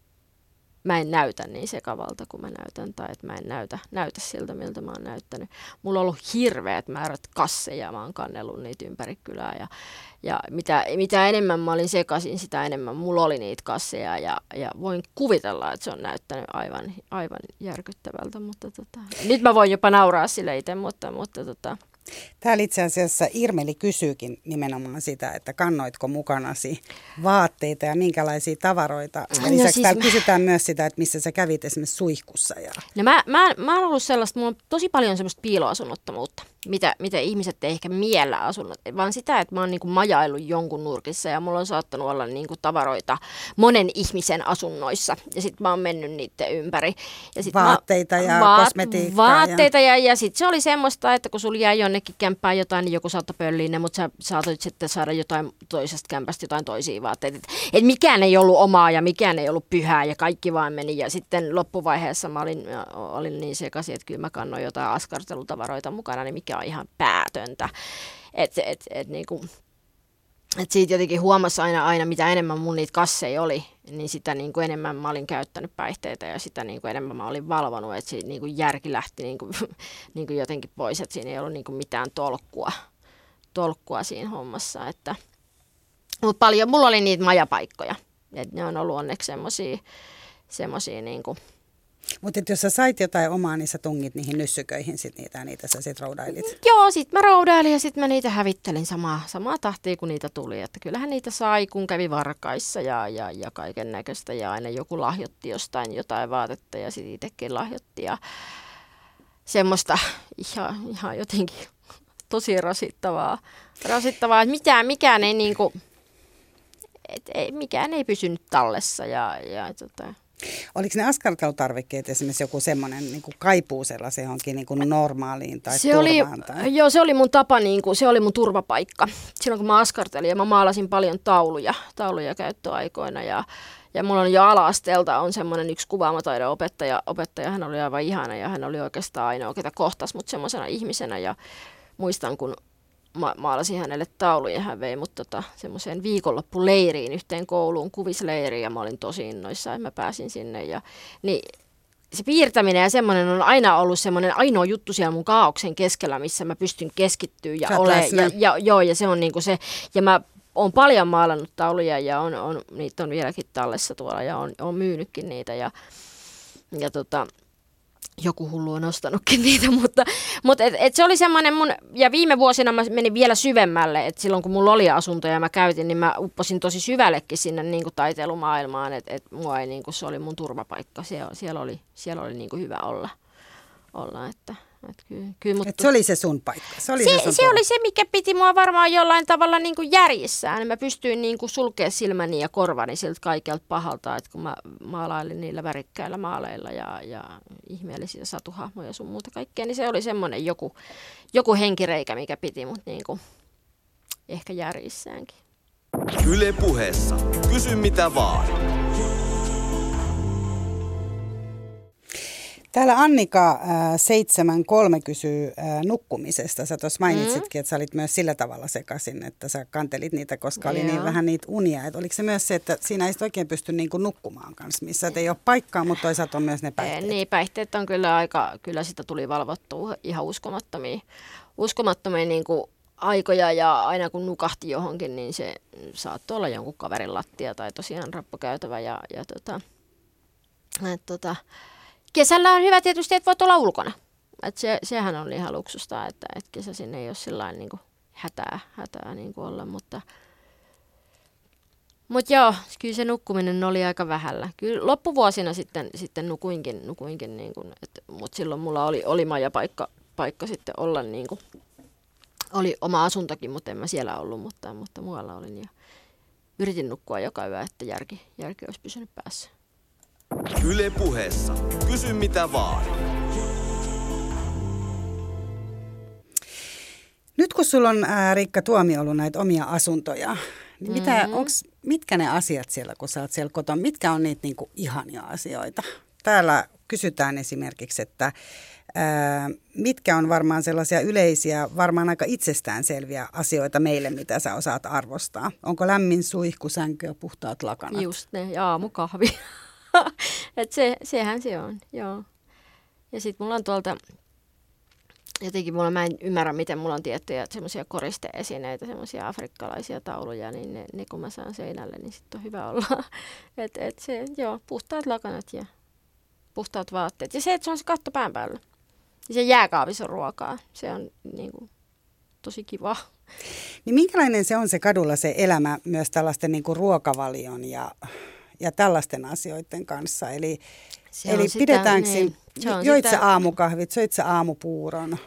mä en näytä niin sekavalta kuin mä näytän, tai että mä en näytä, näytä siltä, miltä mä oon näyttänyt. Mulla on ollut hirveät määrät kasseja, mä oon kannellut niitä ympäri kylää, ja, ja mitä, mitä enemmän mä olin sekaisin, sitä enemmän mulla oli niitä kasseja, ja, ja voin kuvitella, että se on näyttänyt aivan, aivan järkyttävältä, mutta tota, nyt mä voin jopa nauraa sille itse, mutta, mutta tota, Täällä itse asiassa Irmeli kysyykin nimenomaan sitä, että kannoitko mukanasi vaatteita ja minkälaisia tavaroita. Ja lisäksi no siis täällä mä... kysytään myös sitä, että missä sä kävit esimerkiksi suihkussa. Ja... No mä, mä, mä oon ollut sellaista, mulla on tosi paljon semmoista piiloasunnottomuutta, mitä, mitä ihmiset ei ehkä miellä asunnot, vaan sitä, että mä oon niinku majaillut jonkun nurkissa ja mulla on saattanut olla niinku tavaroita monen ihmisen asunnoissa ja sit mä oon mennyt niiden ympäri. Ja sit vaatteita mä, ja vaat, kosmetiikkaa. Vaatteita ja, ja, ja sit se oli semmoista, että kun sulla jäi jonnekin kämppään jotain, niin joku saattoi pölliin ne, mutta sä saatoit sitten saada jotain toisesta kämpästä jotain toisia vaatteita. Et, et mikään ei ollut omaa ja mikään ei ollut pyhää ja kaikki vaan meni. Ja sitten loppuvaiheessa mä olin, olin niin sekaisin, että kyllä mä kannoin jotain askartelutavaroita mukana, niin mikä on ihan päätöntä. Että et, et, niinku, et siitä jotenkin huomasi aina, aina, mitä enemmän mun niitä kasseja oli, niin sitä niin kuin enemmän mä olin käyttänyt päihteitä ja sitä niin kuin enemmän mä olin valvonut, että siitä niin kuin järki lähti niin kuin, niin kuin jotenkin pois, että siinä ei ollut niin kuin mitään tolkkua, tolkkua siinä hommassa. Että, mutta paljon, mulla oli niitä majapaikkoja, että ne on ollut onneksi semmosia, semmosia niin kuin. Mutta jos sä sait jotain omaa, niin sä tungit niihin nyssyköihin sit niitä ja niitä sä sit roudailit. Joo, sit mä roudailin ja sit mä niitä hävittelin samaa, samaa tahtia, kun niitä tuli. Että kyllähän niitä sai, kun kävi varkaissa ja, ja, ja kaiken näköistä. Ja aina joku lahjoitti jostain jotain vaatetta ja sit itsekin lahjoitti. Ja semmoista ihan, ihan jotenkin tosi rasittavaa. Rasittavaa, että mitään, mikään ei niinku, et ei, mikään ei pysynyt tallessa ja, ja tota... Oliko ne askartelutarvikkeet esimerkiksi joku semmoinen niin kuin kaipuu sellaiseen johonkin niin kuin normaaliin tai se turvaan? Oli, tai... Joo, se oli mun tapa, niin kuin, se oli mun turvapaikka. Silloin kun mä askartelin ja mä maalasin paljon tauluja, tauluja käyttöaikoina ja, ja mulla on jo ala-asteelta on semmoinen yksi kuvaamataidon opettaja. Opettaja, hän oli aivan ihana ja hän oli oikeastaan ainoa, ketä kohtasi mut semmoisena ihmisenä ja muistan, kun ma- maalasin hänelle tauluja, hän vei mut tota, semmoiseen viikonloppuleiriin, yhteen kouluun, kuvisleiriin ja mä olin tosi innoissaan, että mä pääsin sinne. Ja, niin, se piirtäminen ja semmoinen on aina ollut semmoinen ainoa juttu siellä mun kaaoksen keskellä, missä mä pystyn keskittyä ja ole ja, ja, joo, ja se on niinku se, ja mä oon paljon maalannut tauluja ja on, on, niitä on vieläkin tallessa tuolla ja on, on myynytkin niitä ja, ja tota, joku hullu on ostanutkin niitä, mutta, mutta et, et se oli semmoinen mun, ja viime vuosina mä menin vielä syvemmälle, että silloin kun mulla oli asunto ja mä käytin, niin mä upposin tosi syvällekin sinne niin kuin taiteilumaailmaan, että et mua ei, niin kuin, se oli mun turvapaikka, siellä, siellä oli, siellä oli niin kuin hyvä olla, olla että... Et kyllä, kyllä, mutta... Et se oli se sun paikka. Se oli se, se, sun se, oli se, mikä piti mua varmaan jollain tavalla niin kuin järjissään. Mä pystyin niin kuin sulkemaan silmäni ja korvani siltä kaikelta pahalta, että kun mä maalailin niillä värikkäillä maaleilla ja, ja ihmeellisiä satuhahmoja sun muuta kaikkea, niin se oli semmoinen joku, joku henkireikä, mikä piti mut niin kuin ehkä järjissäänkin. Yle Puheessa. Kysy mitä vaan. Täällä Annika äh, seitsemän kolme kysyy äh, nukkumisesta. Sä tuossa mainitsitkin, mm. että sä olit myös sillä tavalla sekaisin, että sä kantelit niitä, koska oli Joo. niin vähän niitä unia. Et oliko se myös se, että siinä ei oikein pysty niinku nukkumaan kanssa, missä et ei ole paikkaa, mutta toisaalta on myös ne päihteet? Niin, päihteet on kyllä aika, kyllä sitä tuli valvottua ihan uskomattomia, uskomattomia niinku aikoja ja aina kun nukahti johonkin, niin se saattoi olla jonkun kaverin lattia tai tosiaan rappukäytävä ja, ja tota, et, tota Kesällä on hyvä tietysti, että voit olla ulkona. Et se, sehän on ihan luksusta, että et kesäisin ei ole sillain niin kuin hätää, hätää niin kuin olla, mutta Mutta joo, kyllä se nukkuminen oli aika vähällä. Kyllä loppuvuosina sitten, sitten nukuinkin, nukuinkin niin kuin, mutta silloin mulla oli, oli majapaikka paikka sitten olla, niin kuin, oli oma asuntokin, mutta en mä siellä ollut, mutta, mutta muualla olin ja yritin nukkua joka yö, että järki, järki olisi pysynyt päässä. Yle Puheessa. Kysy mitä vaan. Nyt kun sulla on, ää, Riikka Tuomio, ollut näitä omia asuntoja, niin mitä, mm-hmm. onks, mitkä ne asiat siellä, kun sä oot siellä kotona, mitkä on niitä niinku ihania asioita? Täällä kysytään esimerkiksi, että ää, mitkä on varmaan sellaisia yleisiä, varmaan aika itsestäänselviä asioita meille, mitä sä osaat arvostaa. Onko lämmin suihku, sänky ja puhtaat lakanat? Just ne, ja aamukahvi. Et se, sehän se on, joo. Ja sitten mulla on tuolta, jotenkin mulla, mä en ymmärrä, miten mulla on tiettyjä semmoisia koristeesineitä, semmoisia afrikkalaisia tauluja, niin ne, ne kun mä saan seinälle, niin sitten on hyvä olla. Et, et se, joo, puhtaat lakanat ja puhtaat vaatteet. Ja se, että se on se katto pään päällä. Ja se jääkaapissa on ruokaa. Se on niin kuin, tosi kiva. Niin minkälainen se on se kadulla se elämä myös tällaisten niin kuin ruokavalion ja, ja tällaisten asioiden kanssa? Eli, eli sitä, pidetäänkö niin, joit sä aamukahvit, söit sä aamupuuron?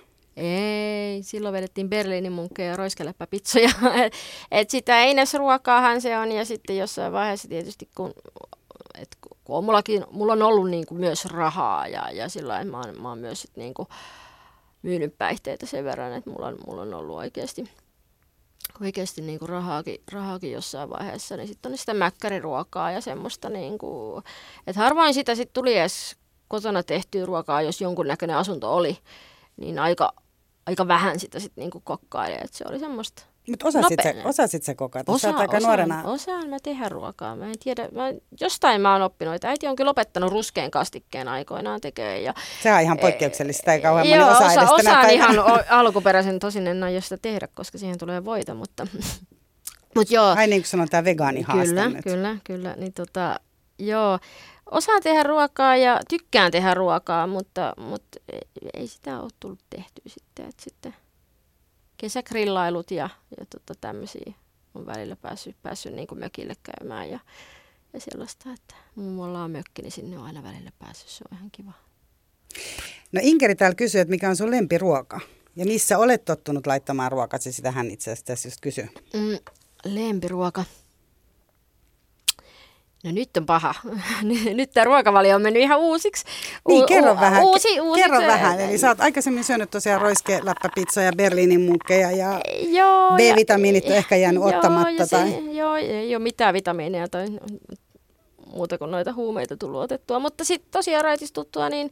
Ei, silloin vedettiin Berliinin munkkeja ja roiskeläppäpitsoja. et, et sitä einesruokaahan se on ja sitten jossain vaiheessa tietysti kun... Et kun on mullakin, mulla on ollut niin kuin myös rahaa ja, ja sillä lailla, mä oon, mä oon myös sit niin kuin myynyt päihteitä sen verran, että mulla on, mulla on ollut oikeasti, oikeasti niin kuin rahaakin, rahaakin jossain vaiheessa. Niin sitten on sitä mäkkäriruokaa ja semmoista, niin kuin, että harvoin sitä sitten tuli edes kotona tehtyä ruokaa, jos jonkunnäköinen asunto oli, niin aika, aika vähän sitä sitten niin kuin kokkaili, että se oli semmoista. Mutta osasit, osasit sä kokata? Osa, sä oot aika osaan, nuorena. Osaan mä tehdä ruokaa. Mä en tiedä, mä, jostain mä oon oppinut, että äiti on kyllä lopettanut ruskean kastikkeen aikoinaan tekee. Ja, se on ihan poikkeuksellista, ei kauhean moni osaa osa, edes tänä osaan päivänä. ihan alkuperäisen, tosin en aio sitä tehdä, koska siihen tulee voita, mutta, mut joo. Ai niin kuin sulla on tää vegaanihaaste Kyllä, nyt. kyllä, kyllä. Niin tota, joo. Osaan tehdä ruokaa ja tykkään tehdä ruokaa, mutta, mutta ei sitä ole tullut tehtyä sitten, että sitten kesägrillailut ja, ja tota tämmöisiä on välillä päässyt, päässyt niin kuin mökille käymään ja, ja sellaista, että mummolla on mökki, niin sinne on aina välillä päässyt, se on ihan kiva. No Inkeri täällä kysyy, että mikä on sun lempiruoka ja missä olet tottunut laittamaan ruokasi, sitä hän itse asiassa tässä just kysyy. Mm, lempiruoka. No nyt on paha. Nyt tämä ruokavalio on mennyt ihan uusiksi. Niin, kerro u- vähän. Uusi, uusi, kerro vähän. Eli sä oot aikaisemmin syönyt tosiaan roiskeläppäpizzoja, Berliinin munkkeja ja joo, B-vitamiinit on ja, ehkä jäänyt joo, ottamatta. Se, tai... Joo, ei ole mitään vitamiineja tai muuta kuin noita huumeita tullut otettua. Mutta sitten tosiaan raitistuttua, niin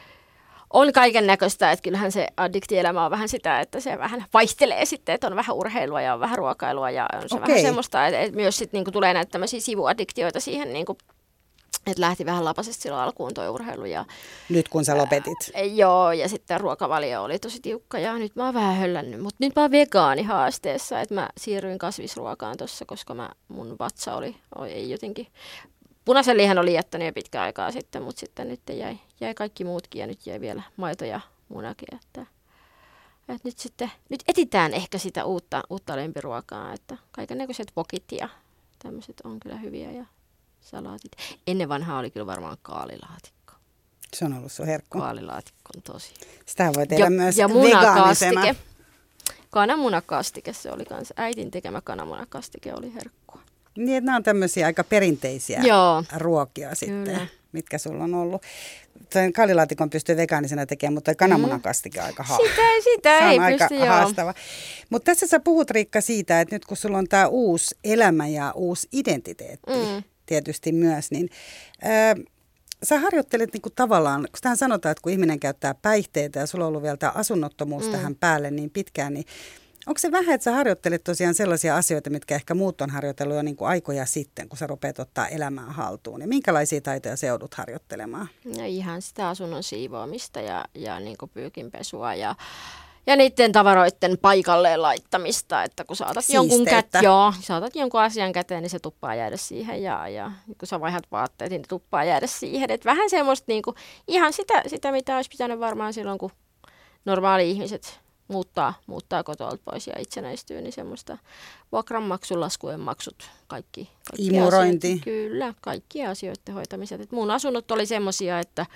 on kaiken näköistä, että kyllähän se addiktielämä on vähän sitä, että se vähän vaihtelee sitten, että on vähän urheilua ja on vähän ruokailua ja on se Okei. vähän semmoista, että, että myös sitten niinku tulee näitä tämmöisiä sivuaddiktioita siihen, niinku, että lähti vähän lapasesti silloin alkuun tuo urheilu. Ja, Nyt kun sä lopetit. Ää, joo, ja sitten ruokavalio oli tosi tiukka ja nyt mä oon vähän höllännyt, mutta nyt mä oon vegaanihaasteessa, että mä siirryin kasvisruokaan tuossa, koska mä, mun vatsa oli, ei jotenkin... Punaisen lihan oli jättänyt jo pitkä aikaa sitten, mutta sitten nyt jäi, jäi kaikki muutkin ja nyt jäi vielä maito ja munakin. Että, että nyt sitten, nyt etitään ehkä sitä uutta, uutta lempiruokaa, että kaikennäköiset wokit ja tämmöiset on kyllä hyviä ja salaatit. Ennen vanhaa oli kyllä varmaan kaalilaatikko. Se on ollut sun herkku. Kaalilaatikko on tosi. Sitä voi tehdä ja, myös ja vegaanisena. munakastike. Kananmunakastike, se oli kans, äitin tekemä kananmunakastike oli herkkua. Niin, että nämä on tämmöisiä aika perinteisiä Joo. ruokia sitten, Kyllä. mitkä sulla on ollut. Tuon kaalilaatikon pystyy vegaanisena tekemään, mutta kananmunakastike on aika haastava. Sitä ei, sitä se ei on pysty, aika joo. haastava. Mutta tässä sä puhut, Riikka, siitä, että nyt kun sulla on tämä uusi elämä ja uusi identiteetti Mm. tietysti myös, niin ää, sä harjoittelet niinku tavallaan, kun tähän sanotaan, että kun ihminen käyttää päihteitä ja sulla on ollut vielä tämä asunnottomuus mm. tähän päälle niin pitkään, niin onko se vähän, että sä harjoittelet tosiaan sellaisia asioita, mitkä ehkä muut on harjoitellut jo niin kuin aikoja sitten, kun sä rupeat ottaa elämää haltuun? Ja minkälaisia taitoja sä joudut harjoittelemaan? Ja ihan sitä asunnon siivoamista ja, ja niin kuin pyykinpesua ja, ja niiden tavaroiden paikalleen laittamista, että kun saatat jonkun, kät, joo, saatat jonkun asian käteen, niin se tuppaa jäädä siihen ja, ja kun sä vaihdat vaatteet, niin tuppaa jäädä siihen. Et vähän semmoista niin kuin, ihan sitä, sitä, mitä olisi pitänyt varmaan silloin, kun normaali ihmiset muuttaa, muuttaa kotoa pois ja itsenäistyy, niin semmoista vuokranmaksulaskujen maksut, kaikki, kaikki imurointi. Asiat, kyllä, kaikki asioiden hoitamiset. Et mun asunnot oli semmoisia, että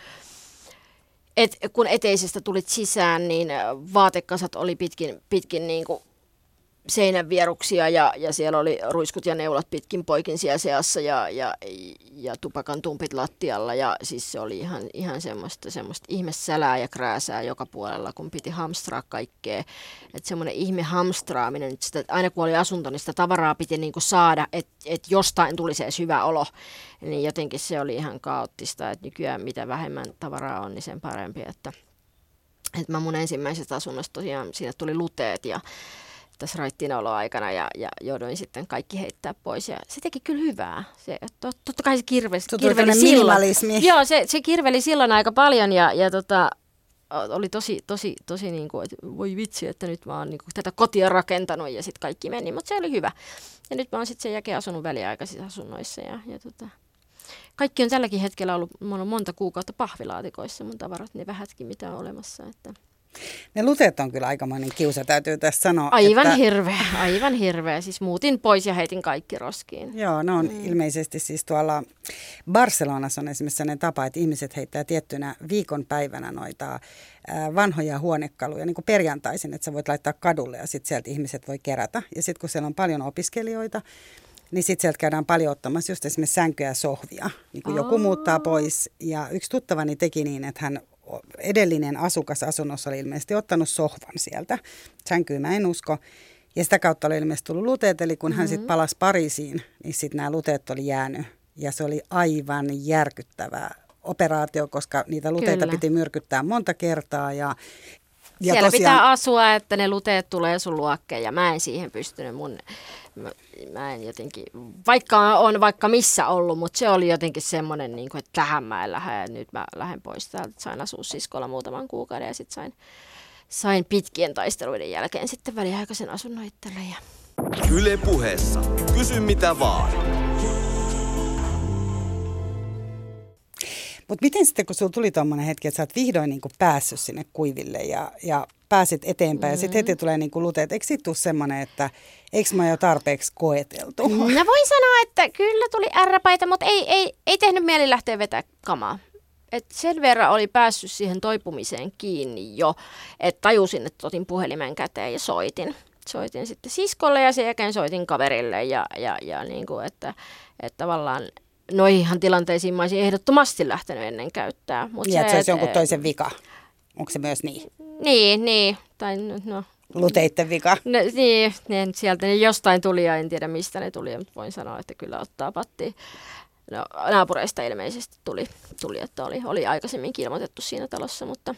et kun eteisestä tulit sisään, niin vaatekasat oli pitkin, pitkin niin kuin seinänvieruksia ja, ja siellä oli ruiskut ja neulat pitkin poikin siellä seassa ja, ja, ja tupakan tumpit lattialla ja siis se oli ihan, ihan semmoista, semmoista ihmesälää ja krääsää joka puolella, kun piti hamstraa kaikkea. Että semmoinen ihme hamstraaminen, että sitä, aina kun oli asunto, niin sitä tavaraa piti niinku saada, että et jostain tuli se edes hyvä olo. Niin jotenkin se oli ihan kaoottista, että nykyään mitä vähemmän tavaraa on, niin sen parempi. Että, että mä mun ensimmäisestä asunnosta tosiaan, siinä tuli luteet ja tässä raittiinaoloaikana ja, ja jouduin sitten kaikki heittää pois. Ja se teki kyllä hyvää. Se, tot, totta kai se kirveli, se kirveli silloin. Joo, se, se kirveli silloin aika paljon ja, ja tota, oli tosi, tosi, tosi niin kuin, että voi vitsi, että nyt mä oon niin kuin tätä kotia rakentanut ja sitten kaikki meni, mutta se oli hyvä. Ja nyt mä oon sitten sen jälkeen asunut väliaikaisissa asunnoissa ja, ja tota, kaikki on tälläkin hetkellä ollut, mä oon monta kuukautta pahvilaatikoissa mun tavarat, ne vähätkin mitä on olemassa, että ne luteet on kyllä aikamoinen kiusa, täytyy tässä sanoa. Aivan että hirveä, aivan hirveä. Siis muutin pois ja heitin kaikki roskiin. Joo, ne on mm. ilmeisesti siis tuolla Barcelonassa on esimerkiksi sellainen tapa, että ihmiset heittää tiettynä viikonpäivänä noita ää, vanhoja huonekaluja, niin kuin perjantaisin, että sä voit laittaa kadulle ja sitten sieltä ihmiset voi kerätä. Ja sitten kun siellä on paljon opiskelijoita, niin sitten sieltä käydään paljon ottamassa just esimerkiksi sänkyä ja sohvia. Niin kun joku muuttaa pois ja yksi tuttavani teki niin, että hän edellinen asukas asunnossa oli ilmeisesti ottanut sohvan sieltä. Sänkyyn mä en usko. Ja sitä kautta oli ilmeisesti tullut luteet, eli kun mm-hmm. hän sitten palasi Pariisiin, niin sitten nämä luteet oli jäänyt. Ja se oli aivan järkyttävä operaatio, koska niitä luteita Kyllä. piti myrkyttää monta kertaa. Ja, ja siellä tosiaan pitää asua, että ne luteet tulee sun luokkeen ja mä en siihen pystynyt. Mun, mä, mä en jotenkin, vaikka on vaikka missä ollut, mutta se oli jotenkin semmoinen, niin kuin, että tähän mä en lähde. Ja nyt mä lähden pois täältä. Sain asua siskolla muutaman kuukauden ja sitten sain, sain pitkien taisteluiden jälkeen sitten väliaikaisen asunnon itselle. Ja Yle Puheessa. Kysy mitä vaan. Mutta miten sitten, kun sulla tuli tuommoinen hetki, että sä oot vihdoin niin kuin päässyt sinne kuiville ja, ja pääsit eteenpäin mm-hmm. ja sitten heti tulee niin kuin luteet. Eikö sitten tule semmoinen, että eikö mä jo tarpeeksi koeteltu? No voin sanoa, että kyllä tuli ärräpäitä, mutta ei, ei, ei tehnyt mieli lähteä vetää kamaa. Et sen verran oli päässyt siihen toipumiseen kiinni jo, että tajusin, että otin puhelimen käteen ja soitin. Soitin sitten siskolle ja sen jälkeen soitin kaverille ja, ja, ja niin kuin, että, että tavallaan noihinhan tilanteisiin mä olisin ehdottomasti lähtenyt ennen käyttää. Mut ja se, se olisi jonkun toisen vika. Onko se myös niin? Niin, niin. Tai no, luteitten vika. No, niin, ne, sieltä ne jostain tuli ja en tiedä mistä ne tuli, mutta voin sanoa, että kyllä ottaa pattiin. No, naapureista ilmeisesti tuli, tuli että oli, oli aikaisemminkin ilmoitettu siinä talossa, mutta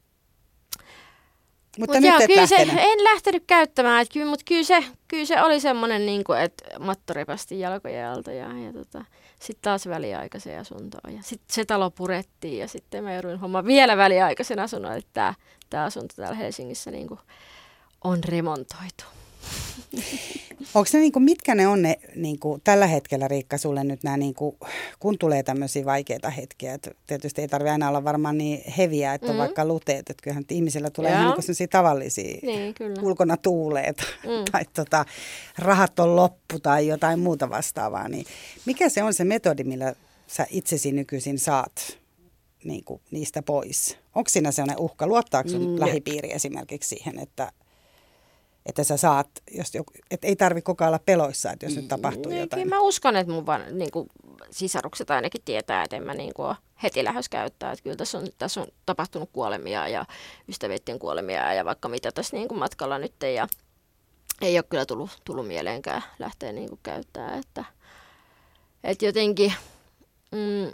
Mutta Mut nyt joo, et kyllä se, lähtenyt. en lähtenyt käyttämään, että kyllä, mutta kyllä se, kyllä se oli semmoinen, niin kuin, että matto repästi jalkojen alta ja, ja tota, sitten taas väliaikaisen asuntoon. Ja sitten se talo purettiin ja sitten mä jouduin hommaan vielä väliaikaisen asunnon, että tämä, tämä asunto täällä Helsingissä niin kuin on remontoitu. Onko ne, niin kuin, mitkä ne on ne niin kuin, tällä hetkellä, Riikka, sulle nyt nämä, niin kuin, kun tulee tämmöisiä vaikeita hetkiä, että tietysti ei tarvitse aina olla varmaan niin heviä, että on mm. vaikka luteet, että kyllähän ihmisillä tulee ihan niin sellaisia tavallisia, niin, kyllä. ulkona tuuleet mm. tai tota, rahat on loppu tai jotain muuta vastaavaa, niin mikä se on se metodi, millä sä itsesi nykyisin saat niin kuin, niistä pois? Onko siinä sellainen uhka? Luottaako sun mm. lähipiiri esimerkiksi siihen, että että sä saat, jos joku, et ei tarvitse koko ajan olla peloissa, että jos nyt tapahtuu niin, jotain. Kyllä mä uskon, että mun vaan, niin kuin, sisarukset ainakin tietää, että en mä niin kuin, heti lähes käyttää. Että kyllä tässä on, tässä on tapahtunut kuolemia ja ystävien kuolemia ja vaikka mitä tässä niin kuin, matkalla nyt ei, ja ei ole kyllä tullut, tullut mieleenkään lähteä niin kuin, käyttämään. Että, että jotenkin mm,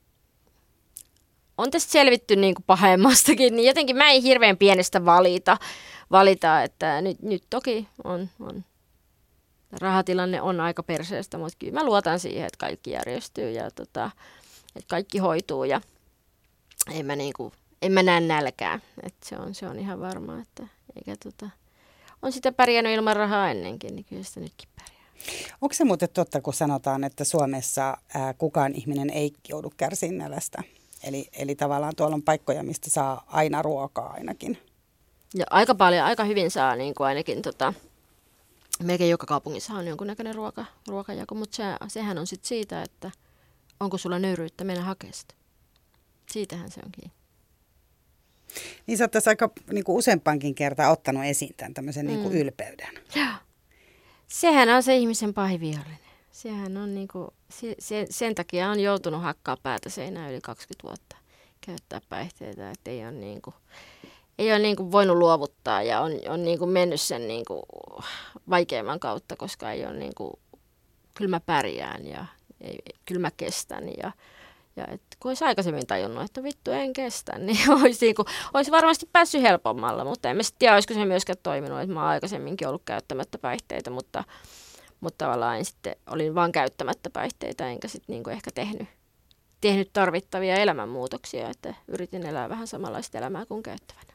on tästä selvitty niin kuin pahemmastakin, niin jotenkin mä en hirveän pienestä valita. valita, että nyt, nyt toki on, on, rahatilanne on aika perseestä, mutta kyllä mä luotan siihen, että kaikki järjestyy ja tota, että kaikki hoituu ja en mä, niinku, en mä näe nälkää, että se on, se on ihan varma, että eikä tota, on sitä pärjännyt ilman rahaa ennenkin, niin kyllä sitä nytkin pärjää. Onko se muuten totta, kun sanotaan, että Suomessa ää, kukaan ihminen ei joudu kärsiin nälästä? Eli, eli tavallaan tuolla on paikkoja, mistä saa aina ruokaa ainakin. Ja aika paljon, aika hyvin saa niin kuin ainakin, tota, melkein joka kaupungissa on jonkunnäköinen ruoka, ruokajako, mutta se, sehän on sitten siitä, että onko sulla nöyryyttä mennä hakemaan sitä. Siitähän se on kiinni. Niin sä oot tässä aika niin kuin useampankin kertaa ottanut esiin tämän tämmöisen mm. niin kuin ylpeyden. Sehän on se ihmisen pahin vihollinen. Sehän on niin kuin, se, se, sen takia on joutunut hakkaa päätä seinään yli kaksikymmentä vuotta käyttää päihteitä, että ei ole, niin kuin, ei ole niin kuin voinut luovuttaa ja on, on niin kuin mennyt sen niin kuin vaikeimman kautta, koska ei ole niin kuin, kyllä mä pärjään ja ei, kyllä mä kestän ja Ja et, kun olisi aikaisemmin tajunnut, että vittu en kestä, niin olisi, niin kuin, olisi varmasti päässyt helpommalla, mutta en mä sitten tiedä, olisiko se myöskään toiminut, että mä oon aikaisemminkin ollut käyttämättä päihteitä, mutta, mutta tavallaan en sitten olin vaan käyttämättä päihteitä, enkä sitten niin kuin ehkä tehnyt, tehnyt tarvittavia elämänmuutoksia, että yritin elää vähän samanlaista elämää kuin käyttävänä.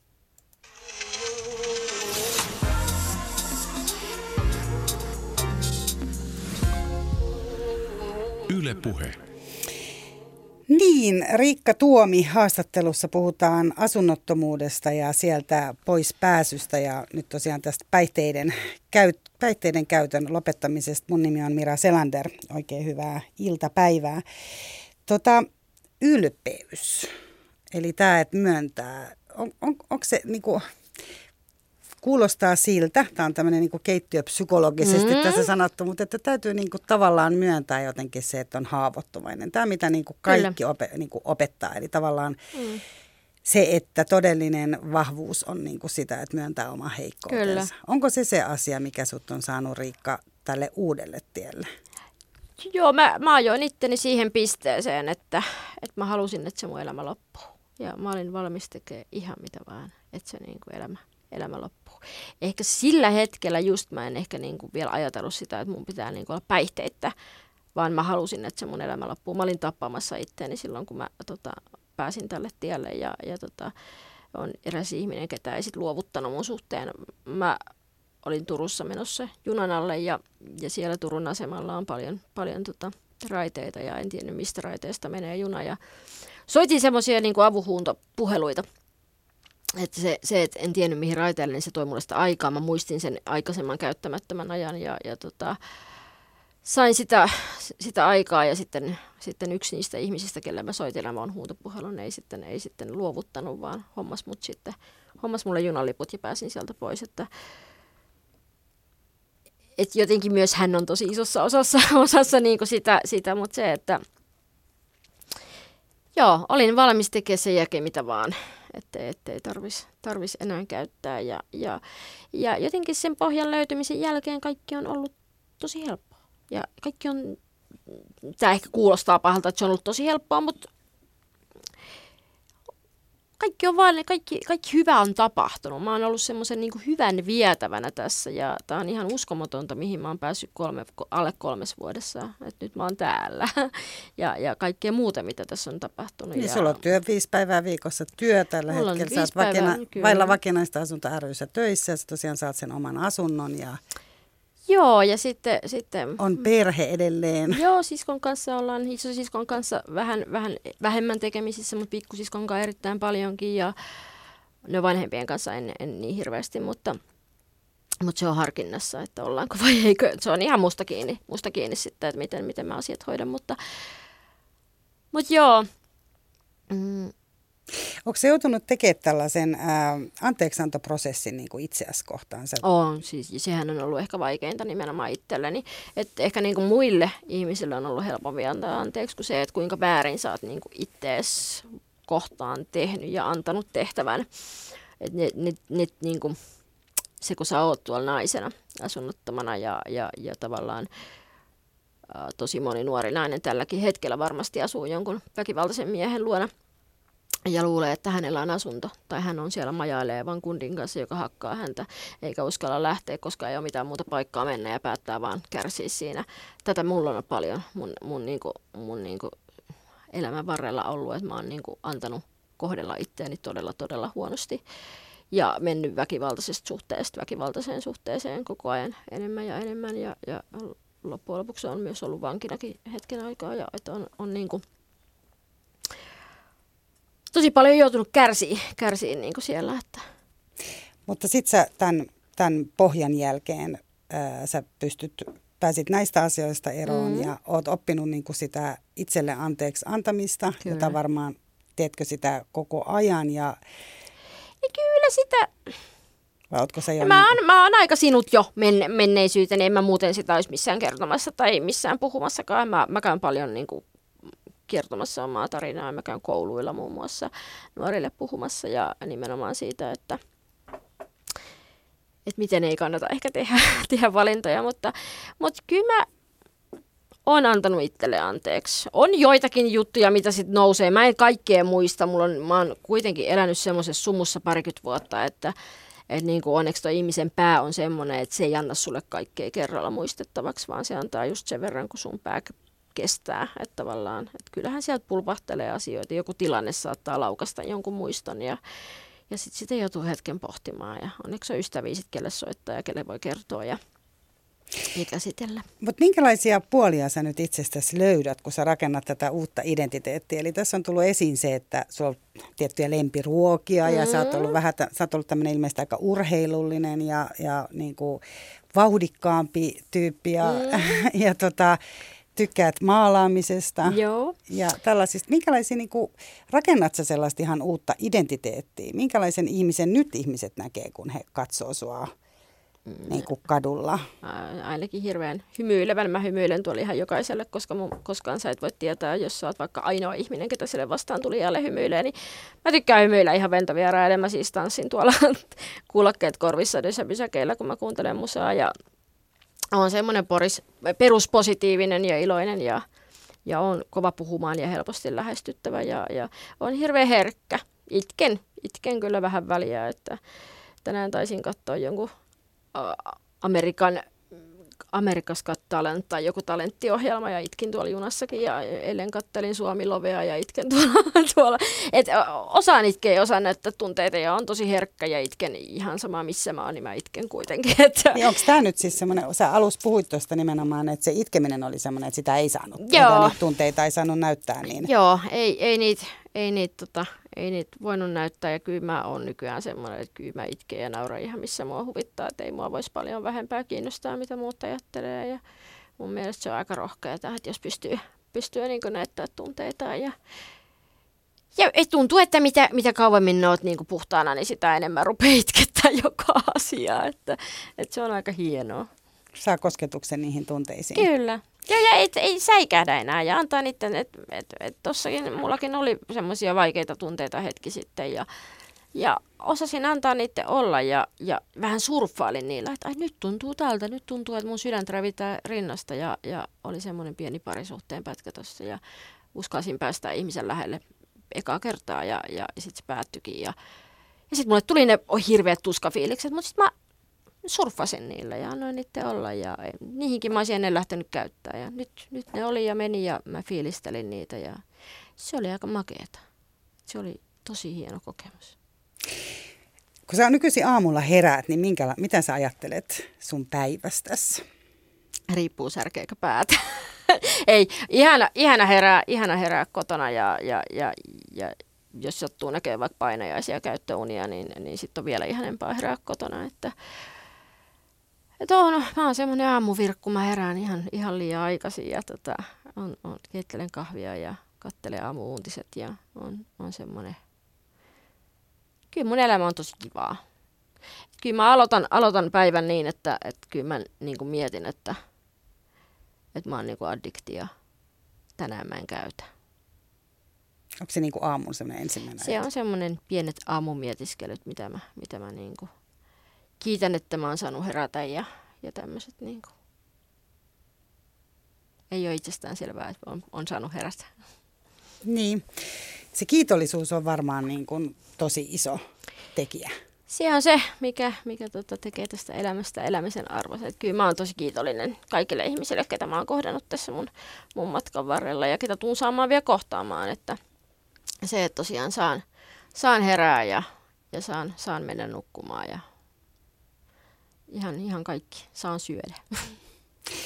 Yle Puhe. Niin, Riikka Tuomi, haastattelussa puhutaan asunnottomuudesta ja sieltä pois pääsystä ja nyt tosiaan tästä päihteiden, käyt, päihteiden käytön lopettamisesta. Mun nimi on Mira Selander, oikein hyvää iltapäivää. Tota, ylpeys, eli tämä, että myöntää, on, on, onko se niinku... Kuulostaa siltä, tämä on tämmöinen niin kuin keittiöpsykologisesti mm. tässä sanottu, mutta että täytyy niin kuin tavallaan myöntää jotenkin se, että on haavoittuvainen. Tämä, mitä niin kuin kaikki ope, niin kuin opettaa, eli tavallaan mm. se, että todellinen vahvuus on niin kuin sitä, että myöntää oma heikkoutensa. Kyllä. Onko se se asia, mikä sut on saanut, Riikka, tälle uudelle tielle? Joo, mä, mä ajoin itteni siihen pisteeseen, että, että mä halusin, että se mun elämä loppuu. Ja mä olin valmis tekemään ihan mitä vaan, että se niin kuin elämä, elämä loppuu. Ehkä sillä hetkellä just mä en ehkä niin kuin vielä ajatellut sitä, että mun pitää niin kuin olla päihteittä, vaan mä halusin, että se mun elämä loppuu. Mä olin tappamassa itteeni silloin, kun mä tota, pääsin tälle tielle ja, ja tota, on eräs ihminen, ketä ei sit luovuttanut mun suhteen. Mä olin Turussa menossa junan alle ja, ja siellä Turun asemalla on paljon, paljon tota, raiteita ja en tiennyt, mistä raiteesta menee juna. Ja soitin semmoisia niin kuin avuhuuntopuheluita. Että se, se, että en tiennyt mihin raiteelle, niin se toi mulle sitä aikaa. Mä muistin sen aikaisemman käyttämättömän ajan ja, ja tota, sain sitä, sitä aikaa ja sitten, sitten yksi niistä ihmisistä, kelle mä soitin elämän huutopuhelun, ei sitten, ei sitten luovuttanut, vaan hommas mut sitten, hommas mulle junaliput ja pääsin sieltä pois. Että, et jotenkin myös hän on tosi isossa osassa, osassa niin kuin sitä, sitä, mutta se, että joo, olin valmis tekemään sen jälkeen mitä vaan, ettei, ettei tarvitsisi tarvis enää käyttää. Ja, ja, ja jotenkin sen pohjan löytymisen jälkeen kaikki on ollut tosi helppoa. Ja kaikki on, tämä ehkä kuulostaa pahalta, että se on ollut tosi helppoa, mutta kaikki on vaan, kaikki, kaikki hyvä on tapahtunut. Mä oon ollut semmoisen niin kuin hyvän vietävänä tässä ja tää on ihan uskomatonta, mihin mä oon päässyt kolme, alle kolmes vuodessa. Että nyt mä oon täällä ja, ja kaikkea muuta, mitä tässä on tapahtunut. Niin ja sulla on työ viisi päivää viikossa työ tällä Mulla hetkellä. Sä oot vakina, vailla vakinaista asuntoa ry:ssä töissä ja sä tosiaan saat sen oman asunnon ja joo, ja sitten, sitten on perhe edelleen. Joo, siskon kanssa ollaan, isosiskon kanssa vähän, vähän vähemmän tekemisissä, mutta pikkusiskon kanssa erittäin paljonkin ja ne vanhempien kanssa en, en niin hirveästi, mutta, mutta se on harkinnassa, että ollaanko vai eikö. Se on ihan musta kiinni, musta kiinni sitten, että miten, miten mä asiat hoidan, mutta, mutta joo. Mm. Onko se joutunut tekemään tällaisen ää, anteeksiantoprosessin niin kuin itseäsi kohtaan? Sä... On, siis sehän on ollut ehkä vaikeinta nimenomaan itselleni. Että ehkä niin kuin muille ihmisille on ollut helpompi antaa anteeksi kuin se, että kuinka väärin sä oot niin kuin ittees kohtaan tehnyt ja antanut tehtävän. Että ne, ne, ne, niin kuin, se kun sä oot tuolla naisena asunnottomana ja, ja, ja tavallaan ää, tosi moni nuori nainen tälläkin hetkellä varmasti asuu jonkun väkivaltaisen miehen luona. Ja luulee, että hänellä on asunto, tai hän on siellä majailevan kundin kanssa, joka hakkaa häntä, eikä uskalla lähteä, koska ei ole mitään muuta paikkaa mennä ja päättää vaan kärsiä siinä. Tätä mulla on paljon mun, mun, niinku, mun niinku elämän varrella ollut, että mä oon niinku antanut kohdella itseäni todella, todella huonosti. Ja mennyt väkivaltaisesta suhteesta väkivaltaiseen suhteeseen koko ajan enemmän ja enemmän. Ja, ja loppujen lopuksi on myös ollut vankinakin hetken aikaa, ja että on, on niinku tosi paljon joutunut kärsiä, kärsiä niin kuin siellä. Että. Mutta sitten sä tämän, tämän pohjan jälkeen ää, sä pystyt, pääsit näistä asioista eroon mm. ja oot oppinut niin kuin sitä itselle anteeksi antamista, Kyllä. jota varmaan teetkö sitä koko ajan. Ja, ja kyllä sitä... Vai ootko sä jo mä, niin oon, mä oon aika sinut jo men, menneisyyteen, en mä muuten sitä olisi missään kertomassa tai missään puhumassakaan. Mä, mä käyn paljon niin kuin kertomassa omaa tarinaa, mä käyn kouluilla muun muassa nuorille puhumassa ja nimenomaan siitä, että, että miten ei kannata ehkä tehdä, tehdä valintoja, mutta, mutta kyllä mä oon antanut itselle anteeksi. On joitakin juttuja, mitä sitten nousee. Mä en kaikkea muista, mulla on, mä oon kuitenkin elänyt semmoisessa sumussa parikymmentä vuotta, että Että niin kuin onneksi tuo ihmisen pää on semmoinen, että se ei anna sulle kaikkea kerralla muistettavaksi, vaan se antaa just sen verran, kun sun pää kestää. Että tavallaan, että kyllähän sieltä pulpahtelee asioita. Joku tilanne saattaa laukasta jonkun muiston ja, ja sitten sitä joutuu hetken pohtimaan. Ja onneksi on ystäviä sit, kelle soittaa ja kelle voi kertoa ja käsitellä. Mutta minkälaisia puolia sä nyt itsestäsi löydät, kun sä rakennat tätä uutta identiteettiä? Eli tässä on tullut esiin se, että sulla on tiettyjä lempiruokia mm. ja sä oot ollut, vähän, sä oot ollut tämmöinen ilmeisesti aika urheilullinen ja, ja niin kuin vauhdikkaampi tyyppi ja, mm. ja tota, tykkäät maalaamisesta Joo. ja tällaisista. Minkälaisia, niin kuin, rakennat sä sellaista ihan uutta identiteettiä? Minkälaisen ihmisen nyt ihmiset näkee, kun he katsoo sua? Niin kuin kadulla. Ainakin hirveän hymyilevän. Mä hymyilen tuolla ihan jokaiselle, koska mun, koskaan sä et voi tietää, jos sä oot vaikka ainoa ihminen, ketä sille vastaan tuli jälleen hymyilee, niin mä tykkään hymyillä ihan ventovieraille. Mä siis tanssin tuolla kuulokkeet korvissa pysäkeillä, kun mä kuuntelen musaa ja on semmoinen poris, peruspositiivinen ja iloinen ja, ja on kova puhumaan ja helposti lähestyttävä ja, ja on hirveän herkkä. Itken, itken kyllä vähän väliä, että tänään taisin katsoa jonkun Amerikan, Amerikas Got Talent tai joku talenttiohjelma ja itkin tuolla junassakin ja eilen kattelin Suomi-lovea ja itken tuolla. tuolla. Et osaan itkeä ja osaan näyttää tunteita ja on tosi herkkä ja itken ihan sama missä mä oon, niin mä itken kuitenkin. Että. Niin onko tämä nyt siis semmoinen, sä alussa puhuit tuosta nimenomaan, että se itkeminen oli semmoinen, että sitä ei saanut tehdä, niitä tunteita ei saanut näyttää niin. Joo, ei, ei niitä ei niit, tota, ei niit voinut näyttää ja kyllä mä oon nykyään semmoinen, että kyllä mä itken ja nauran ihan missä mua huvittaa, että ei mua voisi paljon vähempää kiinnostaa, mitä muut ajattelee ja mun mielestä se on aika rohkeaa, että jos pystyy, pystyy niin kuin näyttää tunteitaan ja ja tuntuu, että mitä, mitä kauemmin ne oot niin kuin puhtaana, niin sitä enemmän rupeaa itkettää joka asiaa, että, että se on aika hienoa. Saa kosketuksen niihin tunteisiin. Kyllä. Ja, ja ei, ei säikähdä enää ja antaa niiden, että et, et tossakin mullakin oli semmoisia vaikeita tunteita hetki sitten ja, ja osasin antaa niiden olla ja, ja vähän surffailin niillä, että ai nyt tuntuu tältä, nyt tuntuu, että mun sydäntä rävitää rinnasta ja, ja oli semmoinen pieni parisuhteen pätkä tossa ja uskalsin päästä ihmisen lähelle ekaa kertaa ja, ja, ja sitten se päättyikin ja, ja sitten mulle tuli ne hirveät tuskafiilikset, mutta sitten mä surffasin niillä ja annoin niiden olla ja niihinkin mä olisin ennen lähtenyt käyttää ja nyt, nyt ne oli ja meni ja mä fiilistelin niitä ja se oli aika makeeta. Se oli tosi hieno kokemus. Kun sä nykyisin aamulla heräät, niin minkä, mitä sä ajattelet sun päivästäsi? Riippuu särkeekö päätä. Ei, ihana, ihana, herää, ihana herää kotona ja, ja, ja, ja jos sattuu näkemään vaikka painajaisia käyttöunia, niin, niin sitten on vielä ihanempaa herää kotona. Että, että on, mä oon semmoinen aamuvirkku, mä herään ihan, ihan liian aikaisin ja tota, on, on, keittelen kahvia ja katselen aamu-uutiset ja on, on semmoinen. Kyllä mun elämä on tosi kivaa. Kyllä mä aloitan, aloitan päivän niin, että, että kyllä mä niin kuin mietin, että, että mä oon niin kuin addikti ja tänään mä en käytä. Onko se niin kuin aamun semmoinen ensimmäinen? Se on semmoinen pienet aamumietiskelut, mitä mä, mitä mä niin kuin kiitän, että mä oon saanut herätä ja, ja tämmöiset niin kuin. Ei ole itsestään selvää, että on, on saanut herätä. Niin. Se kiitollisuus on varmaan niin kuin tosi iso tekijä. Se on se, mikä, mikä tota tekee tästä elämästä elämisen arvoisen. Kyllä mä oon tosi kiitollinen kaikille ihmisille, ketä mä oon kohdannut tässä mun, mun matkan varrella ja ketä tuun saamaan vielä kohtaamaan. Että se, että tosiaan saan, saan herää ja, ja saan, saan mennä nukkumaan ja ihan, ihan kaikki saan syödä.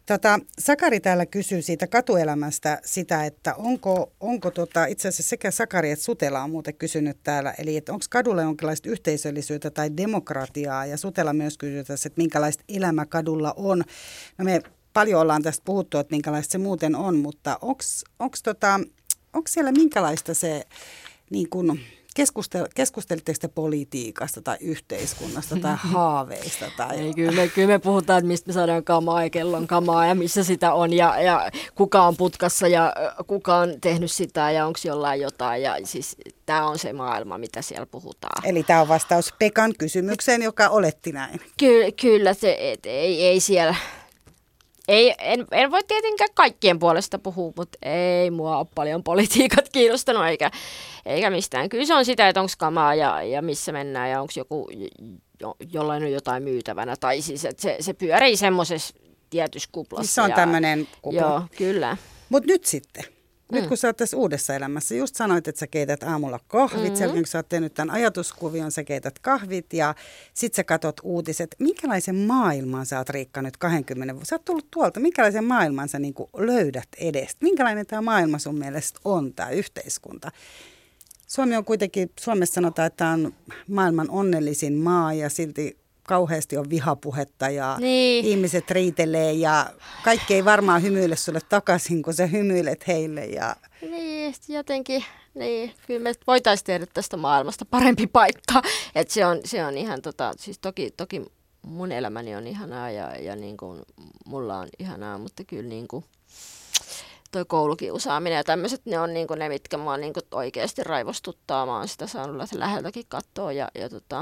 Tota, Sakari täällä kysyy siitä katuelämästä sitä, että onko, onko tota, itse asiassa sekä Sakari että Sutela on muuten kysynyt täällä, eli että onko kadulla jonkinlaista yhteisöllisyyttä tai demokratiaa, ja Sutela myös kysyy tässä, että minkälaista elämä kadulla on. No me paljon ollaan tästä puhuttu, että minkälaista se muuten on, mutta onko tota, siellä minkälaista se niin kuin Keskustel, keskustelitteko te politiikasta tai yhteiskunnasta tai haaveista? Tai Ei, kyllä, me, kyllä me puhutaan, että mistä me saadaan kamaa ja kellon kamaa ja missä sitä on ja, ja kuka on putkassa ja kuka on tehnyt sitä ja onko jollain jotain. Ja siis tämä on se maailma, mitä siellä puhutaan. Eli tämä on vastaus Pekan kysymykseen, joka oletti näin. Ky, kyllä, se, et, ei, ei siellä... Ei, en, en voi tietenkään kaikkien puolesta puhua, mutta ei mua ole paljon politiikat kiinnostanut eikä, eikä mistään. Kyllä se on sitä, että onko kamaa ja, ja missä mennään ja onko joku, jo, jollain on jotain myytävänä. Tai siis, että se, se pyörii semmoisessa tietyssä kuplassa. Se on tämmöinen kupla. Joo, kyllä. Mutta nyt sitten. Nyt Mm. kun sä oot tässä uudessa elämässä, just sanoit, että sä keität aamulla kahvit, Mm-hmm. sen jälkeen kun sä oot tehnyt tämän ajatuskuvion, sä keität kahvit ja sit sä katot uutiset. Minkälaisen maailman sä oot, Riikka, nyt kaksikymmentä vuotta? Sä oot tullut tuolta, minkälaisen maailman sä niinku löydät edestä? Minkälainen tämä maailma sun mielestä on, tämä yhteiskunta? Suomi on kuitenkin, Suomessa sanotaan, että tämä on maailman onnellisin maa ja silti kauheasti on vihapuhetta ja Niin. ihmiset riitelee ja kaikki ei varmaan hymyile sulle takaisin, kun sä hymyilet heille. Ja Niin, jotenkin, niin, kyllä me voitaisiin tehdä tästä maailmasta parempi paikka. Että se on, se on ihan, tota, siis toki, toki mun elämäni on ihanaa ja, ja niin kuin mulla on ihanaa, mutta kyllä niin kuin toi koulukiusaaminen ja tämmöiset, ne on niin kuin ne, mitkä mua niin kuin oikeasti raivostuttaa. Mä oon sitä saanut läheltäkin katsoa ja, ja tota,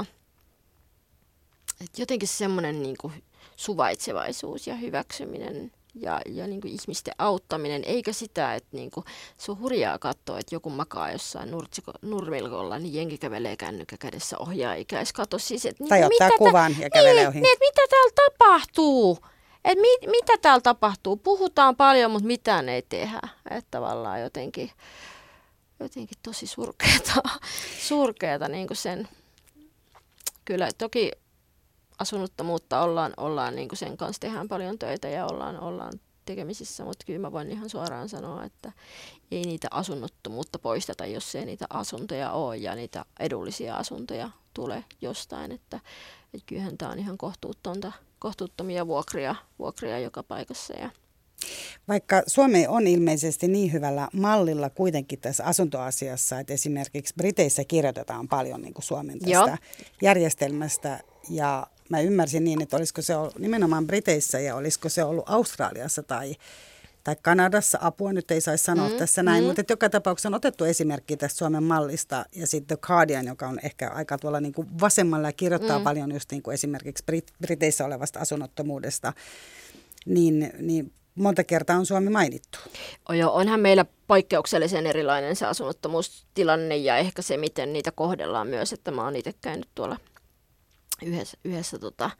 et jotenkin semmoinen niin kuin suvaitsevaisuus ja hyväksyminen ja, ja niin kuin ihmisten auttaminen, eikä sitä, että niin kuin, se on hurjaa katsoa, että joku makaa jossain nurtsiko, nurmilkolla, niin jengi kävelee kännykkä kädessä ohjaa ikäis. Kato siis, että tai niin, ottaa mitä kuvan tä- ja kävelee niin, ohi. niin, että mitä täällä tapahtuu? Et mit, mitä täällä tapahtuu? Puhutaan paljon, mutta mitään ei tehdä. Että tavallaan jotenkin, jotenkin tosi surkeata, surkeata niin kuin sen. Kyllä toki asunnottomuutta ollaan, ollaan niin kuin sen kanssa tehdään paljon töitä ja ollaan, ollaan tekemisissä, mutta kyllä mä voin ihan suoraan sanoa, että ei niitä asunnottomuutta poisteta, jos ei niitä asuntoja ole ja niitä edullisia asuntoja tule jostain. Että, että kyllähän tämä on ihan kohtuuttonta, kohtuuttomia vuokria, vuokria joka paikassa. Ja Vaikka Suomi on ilmeisesti niin hyvällä mallilla kuitenkin tässä asuntoasiassa, että esimerkiksi Briteissä kirjoitetaan paljon niin kuin Suomen tästä Joo. järjestelmästä ja mä ymmärsin niin, että olisiko se ollut nimenomaan Briteissä ja olisiko se ollut Australiassa tai, tai Kanadassa, apua nyt ei saisi sanoa mm, tässä näin, mm. mutta että joka tapauksessa on otettu esimerkki tästä Suomen mallista ja sitten The Guardian, joka on ehkä aika tuolla niin kuin vasemmalla ja kirjoittaa mm. paljon just niin kuin esimerkiksi Brit- Briteissä olevasta asunnottomuudesta, niin, niin monta kertaa on Suomi mainittu. O joo, onhan meillä poikkeuksellisen erilainen se asunnottomuustilanne ja ehkä se, miten niitä kohdellaan myös, että mä oon itse käynyt tuolla yhdessä, yhdessä tota,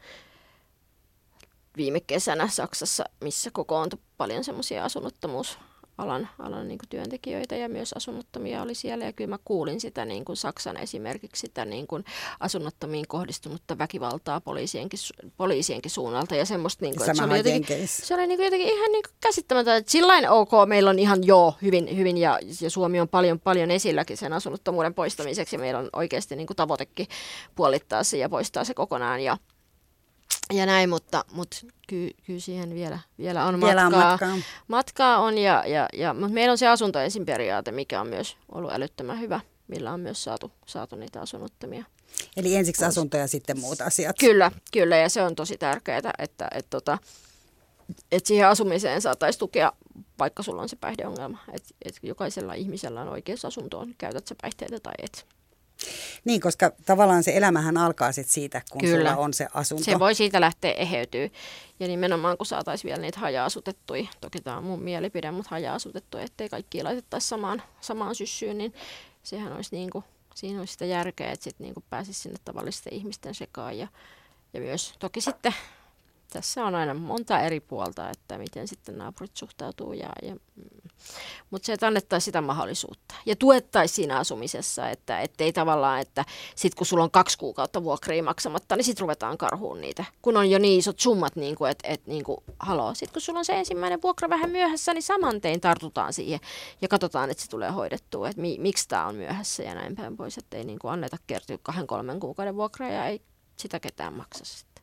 viime kesänä Saksassa, missä kokoontui paljon semmoisia asunnottomuusalan alan, niin kuin työntekijöitä ja myös asunnottomia oli siellä. Ja kyllä mä kuulin sitä niin kuin Saksan esimerkiksi sitä niin kuin asunnottomiin kohdistunutta väkivaltaa poliisienkin, poliisienkin suunnalta ja semmoista, niin kuin, että se oli jotenkin, se oli niin kuin jotenkin ihan niin kuin käsittämätöntä, että sillain ok, meillä on ihan joo hyvin, hyvin ja, ja Suomi on paljon, paljon esilläkin sen asunnottomuuden poistamiseksi ja meillä on oikeasti niin kuin tavoitekin puolittaa se ja poistaa se kokonaan ja Ja näin, mutta, mutta kyllä, kyllä siihen vielä, vielä on vielä matkaa. On matkaa. Matkaa on, ja, ja, ja, mutta meillä on se asunto ensin periaate, mikä on myös ollut älyttömän hyvä, millä on myös saatu, saatu niitä asunnottomia. Eli ensiksi asunto ja sitten muut asiat. Kyllä, kyllä, ja se on tosi tärkeää, että, että, että, että, että siihen asumiseen saataisiin tukea, vaikka sulla on se päihdeongelma. Että, että jokaisella ihmisellä on oikeus asuntoon, käytät sä päihteitä tai et. Niin, koska tavallaan se elämähän alkaa sit siitä, kun Kyllä. sulla on se asunto. Se voi siitä lähteä eheytyy. Ja nimenomaan kun saataisiin vielä niitä haja-asutettuja, toki tämä on mun mielipide, mutta haja-asutettuja, ettei kaikki laitettaisi samaan, samaan syssyyn, niin sehän olisi niin kuin, siinä olisi sitä järkeä, että sitten niin kuin pääsisi sinne tavallisten ihmisten sekaan. Ja, ja myös toki sitten tässä on aina monta eri puolta, että miten sitten naapurit suhtautuu. Ja, ja, mutta se, että annettaisiin sitä mahdollisuutta ja tuettaisiin siinä asumisessa, että ei tavallaan, että sit kun sulla on kaksi kuukautta vuokria maksamatta, niin sitten ruvetaan karhuun niitä, kun on jo niin isot summat, niin kuin, että et, niin kuin, haloo. Sitten kun sulla on se ensimmäinen vuokra vähän myöhässä, niin saman tein tartutaan siihen ja katsotaan, että se tulee hoidettua, että mi, miksi tämä on myöhässä ja näin päin pois, että ei niin kuin anneta kertyä kahden kolmen kuukauden vuokraa ja ei sitä ketään maksa sitten.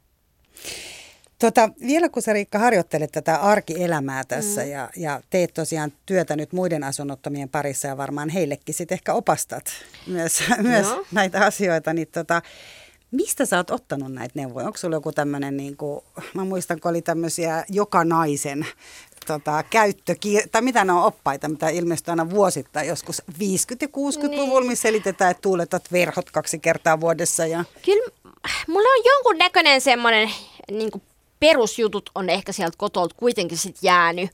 Tota, vielä kun sä, Riikka, harjoittelet tätä arkielämää tässä mm. ja, ja teet tosiaan työtä nyt muiden asunnottomien parissa ja varmaan heillekin sitten ehkä opastat myös, myös näitä asioita, niin tota, mistä sä oot ottanut näitä neuvoja? Onko sulla joku tämmöinen, niin kuin, mä muistan, kun oli tämmöisiä joka naisen tota, käyttökir- tai mitä ne on oppaita, mitä ilmestyy aina vuosittain, joskus viisikymmentä- ja kuusikymmentäluvulla, niin. missä selitetään, että tuuletat verhot kaksi kertaa vuodessa. Ja... Kyllä, mulla on jonkun näköinen semmoinen, niin kuin perusjutut on ehkä sieltä kotolta kuitenkin sit jäänyt.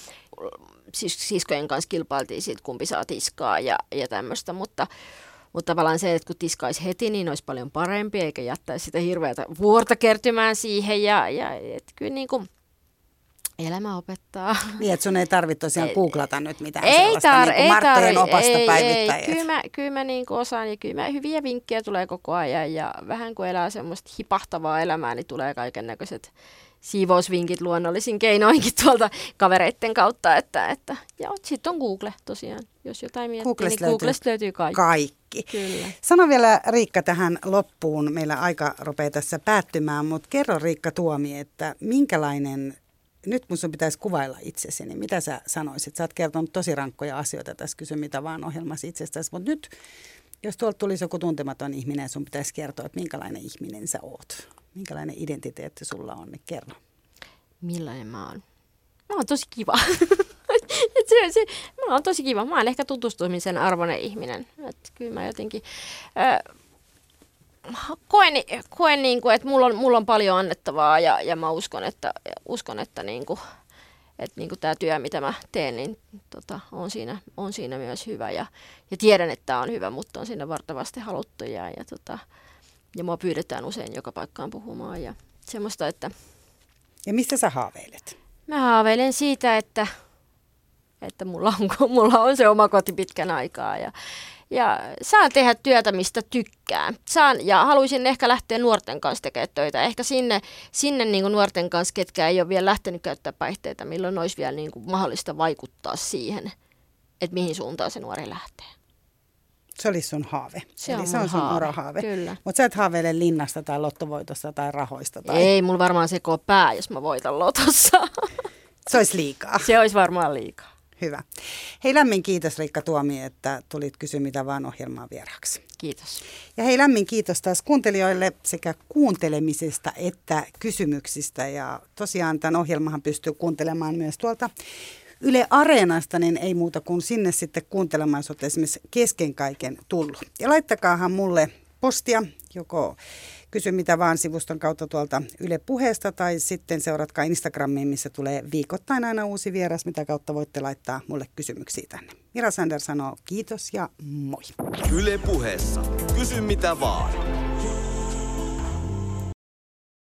Siis siskojen kanssa kilpailtiin siitä, kumpi saa tiskaa ja, ja tämmöistä, mutta, mutta tavallaan se, että kun tiskaisi heti, niin olisi paljon parempi, eikä jättäisi sitä hirveätä vuorta kertymään siihen. Ja, ja et kyllä niin kuin elämä opettaa. Niin, että sun ei tarvitse tosiaan googlata nyt mitään ei sellaista tar- niin kuin Marttojen opasta ei, päivittäjät. Ei, kyllä mä, kyllä mä niin kuin osaan ja kyllä mä hyviä vinkkejä tulee koko ajan ja vähän kun elää semmoista hipahtavaa elämää, niin tulee kaiken näköiset siivousvinkit luonnollisin keinoinkin tuolta kavereitten kautta. Että, että, ja sitten on Google tosiaan, jos jotain miettii, Googlesta niin Googlesta löytyy kaikki. kaikki. Kyllä. Sano vielä, Riikka, tähän loppuun. Meillä aika rupeaa tässä päättymään, mutta kerro, Riikka Tuomi, että minkälainen, nyt mun sun pitäisi kuvailla itsesi, niin mitä sä sanoisit? Sä oot kertonut tosi rankkoja asioita tässä Kysy mitä vaan -ohjelmassa itsestäsi, mutta nyt, jos tuolta tulisi joku tuntematon ihminen, sun pitäisi kertoa, että minkälainen ihminen sä oot. Minkälainen identiteetti sulla on, niin kerro. Millainen mä oon? Mä oon tosi kiva. se, se, mä oon tosi kiva. Mä oon ehkä tutustumisen arvoinen ihminen. Et kyllä mä jotenkin äh, koen, koen niin kuin, että mulla on, mulla on paljon annettavaa ja, ja mä uskon, että, uskon, että niin kuin, että niin kuin tämä työ, mitä mä teen, niin tota, on, siinä, on siinä myös hyvä. Ja, ja tiedän, että tämä on hyvä, mutta on siinä vartavasti haluttu. Ja, ja, tota, ja mua pyydetään usein joka paikkaan puhumaan ja semmoista, että... Ja mistä sä haaveilet? Mä haaveilen siitä, että, että mulla, on, mulla on se oma koti pitkän aikaa ja, ja saan tehdä työtä, mistä tykkään. Saan, ja haluaisin ehkä lähteä nuorten kanssa tekemään töitä. Ehkä sinne, sinne niin kuin nuorten kanssa, ketkä ei ole vielä lähtenyt käyttämään päihteitä, milloin olisi vielä niin kuin mahdollista vaikuttaa siihen, että mihin suuntaan se nuori lähtee. Se olisi sun haave. Se Eli on se on sun haave. urahaave. Kyllä. Mutta sä et haaveile linnasta tai lottovoitosta tai rahoista. Tai... Ei, mulla varmaan sekoo pää, jos mä voitan lotossa. Se olisi liikaa. Se olisi varmaan liikaa. Hyvä. Hei, lämmin kiitos, Riikka Tuomi, että tulit Kysy mitä vaan -ohjelmaan vieraaksi. Kiitos. Ja hei, lämmin kiitos taas kuuntelijoille sekä kuuntelemisesta että kysymyksistä. Ja tosiaan tämän ohjelmahan pystyy kuuntelemaan myös tuolta Yle Areenasta, niin ei muuta kuin sinne sitten kuuntelemaan, jos olette esimerkiksi kesken kaiken tullut. Ja laittakaahan mulle postia, joko Kysy mitä vaan -sivuston kautta tuolta Yle Puheesta, tai sitten seuratkaa Instagramiin, missä tulee viikoittain aina uusi vieras, mitä kautta voitte laittaa mulle kysymyksiä tänne. Mira Sander sanoo kiitos ja moi. Yle Puheessa. Kysy mitä vaan.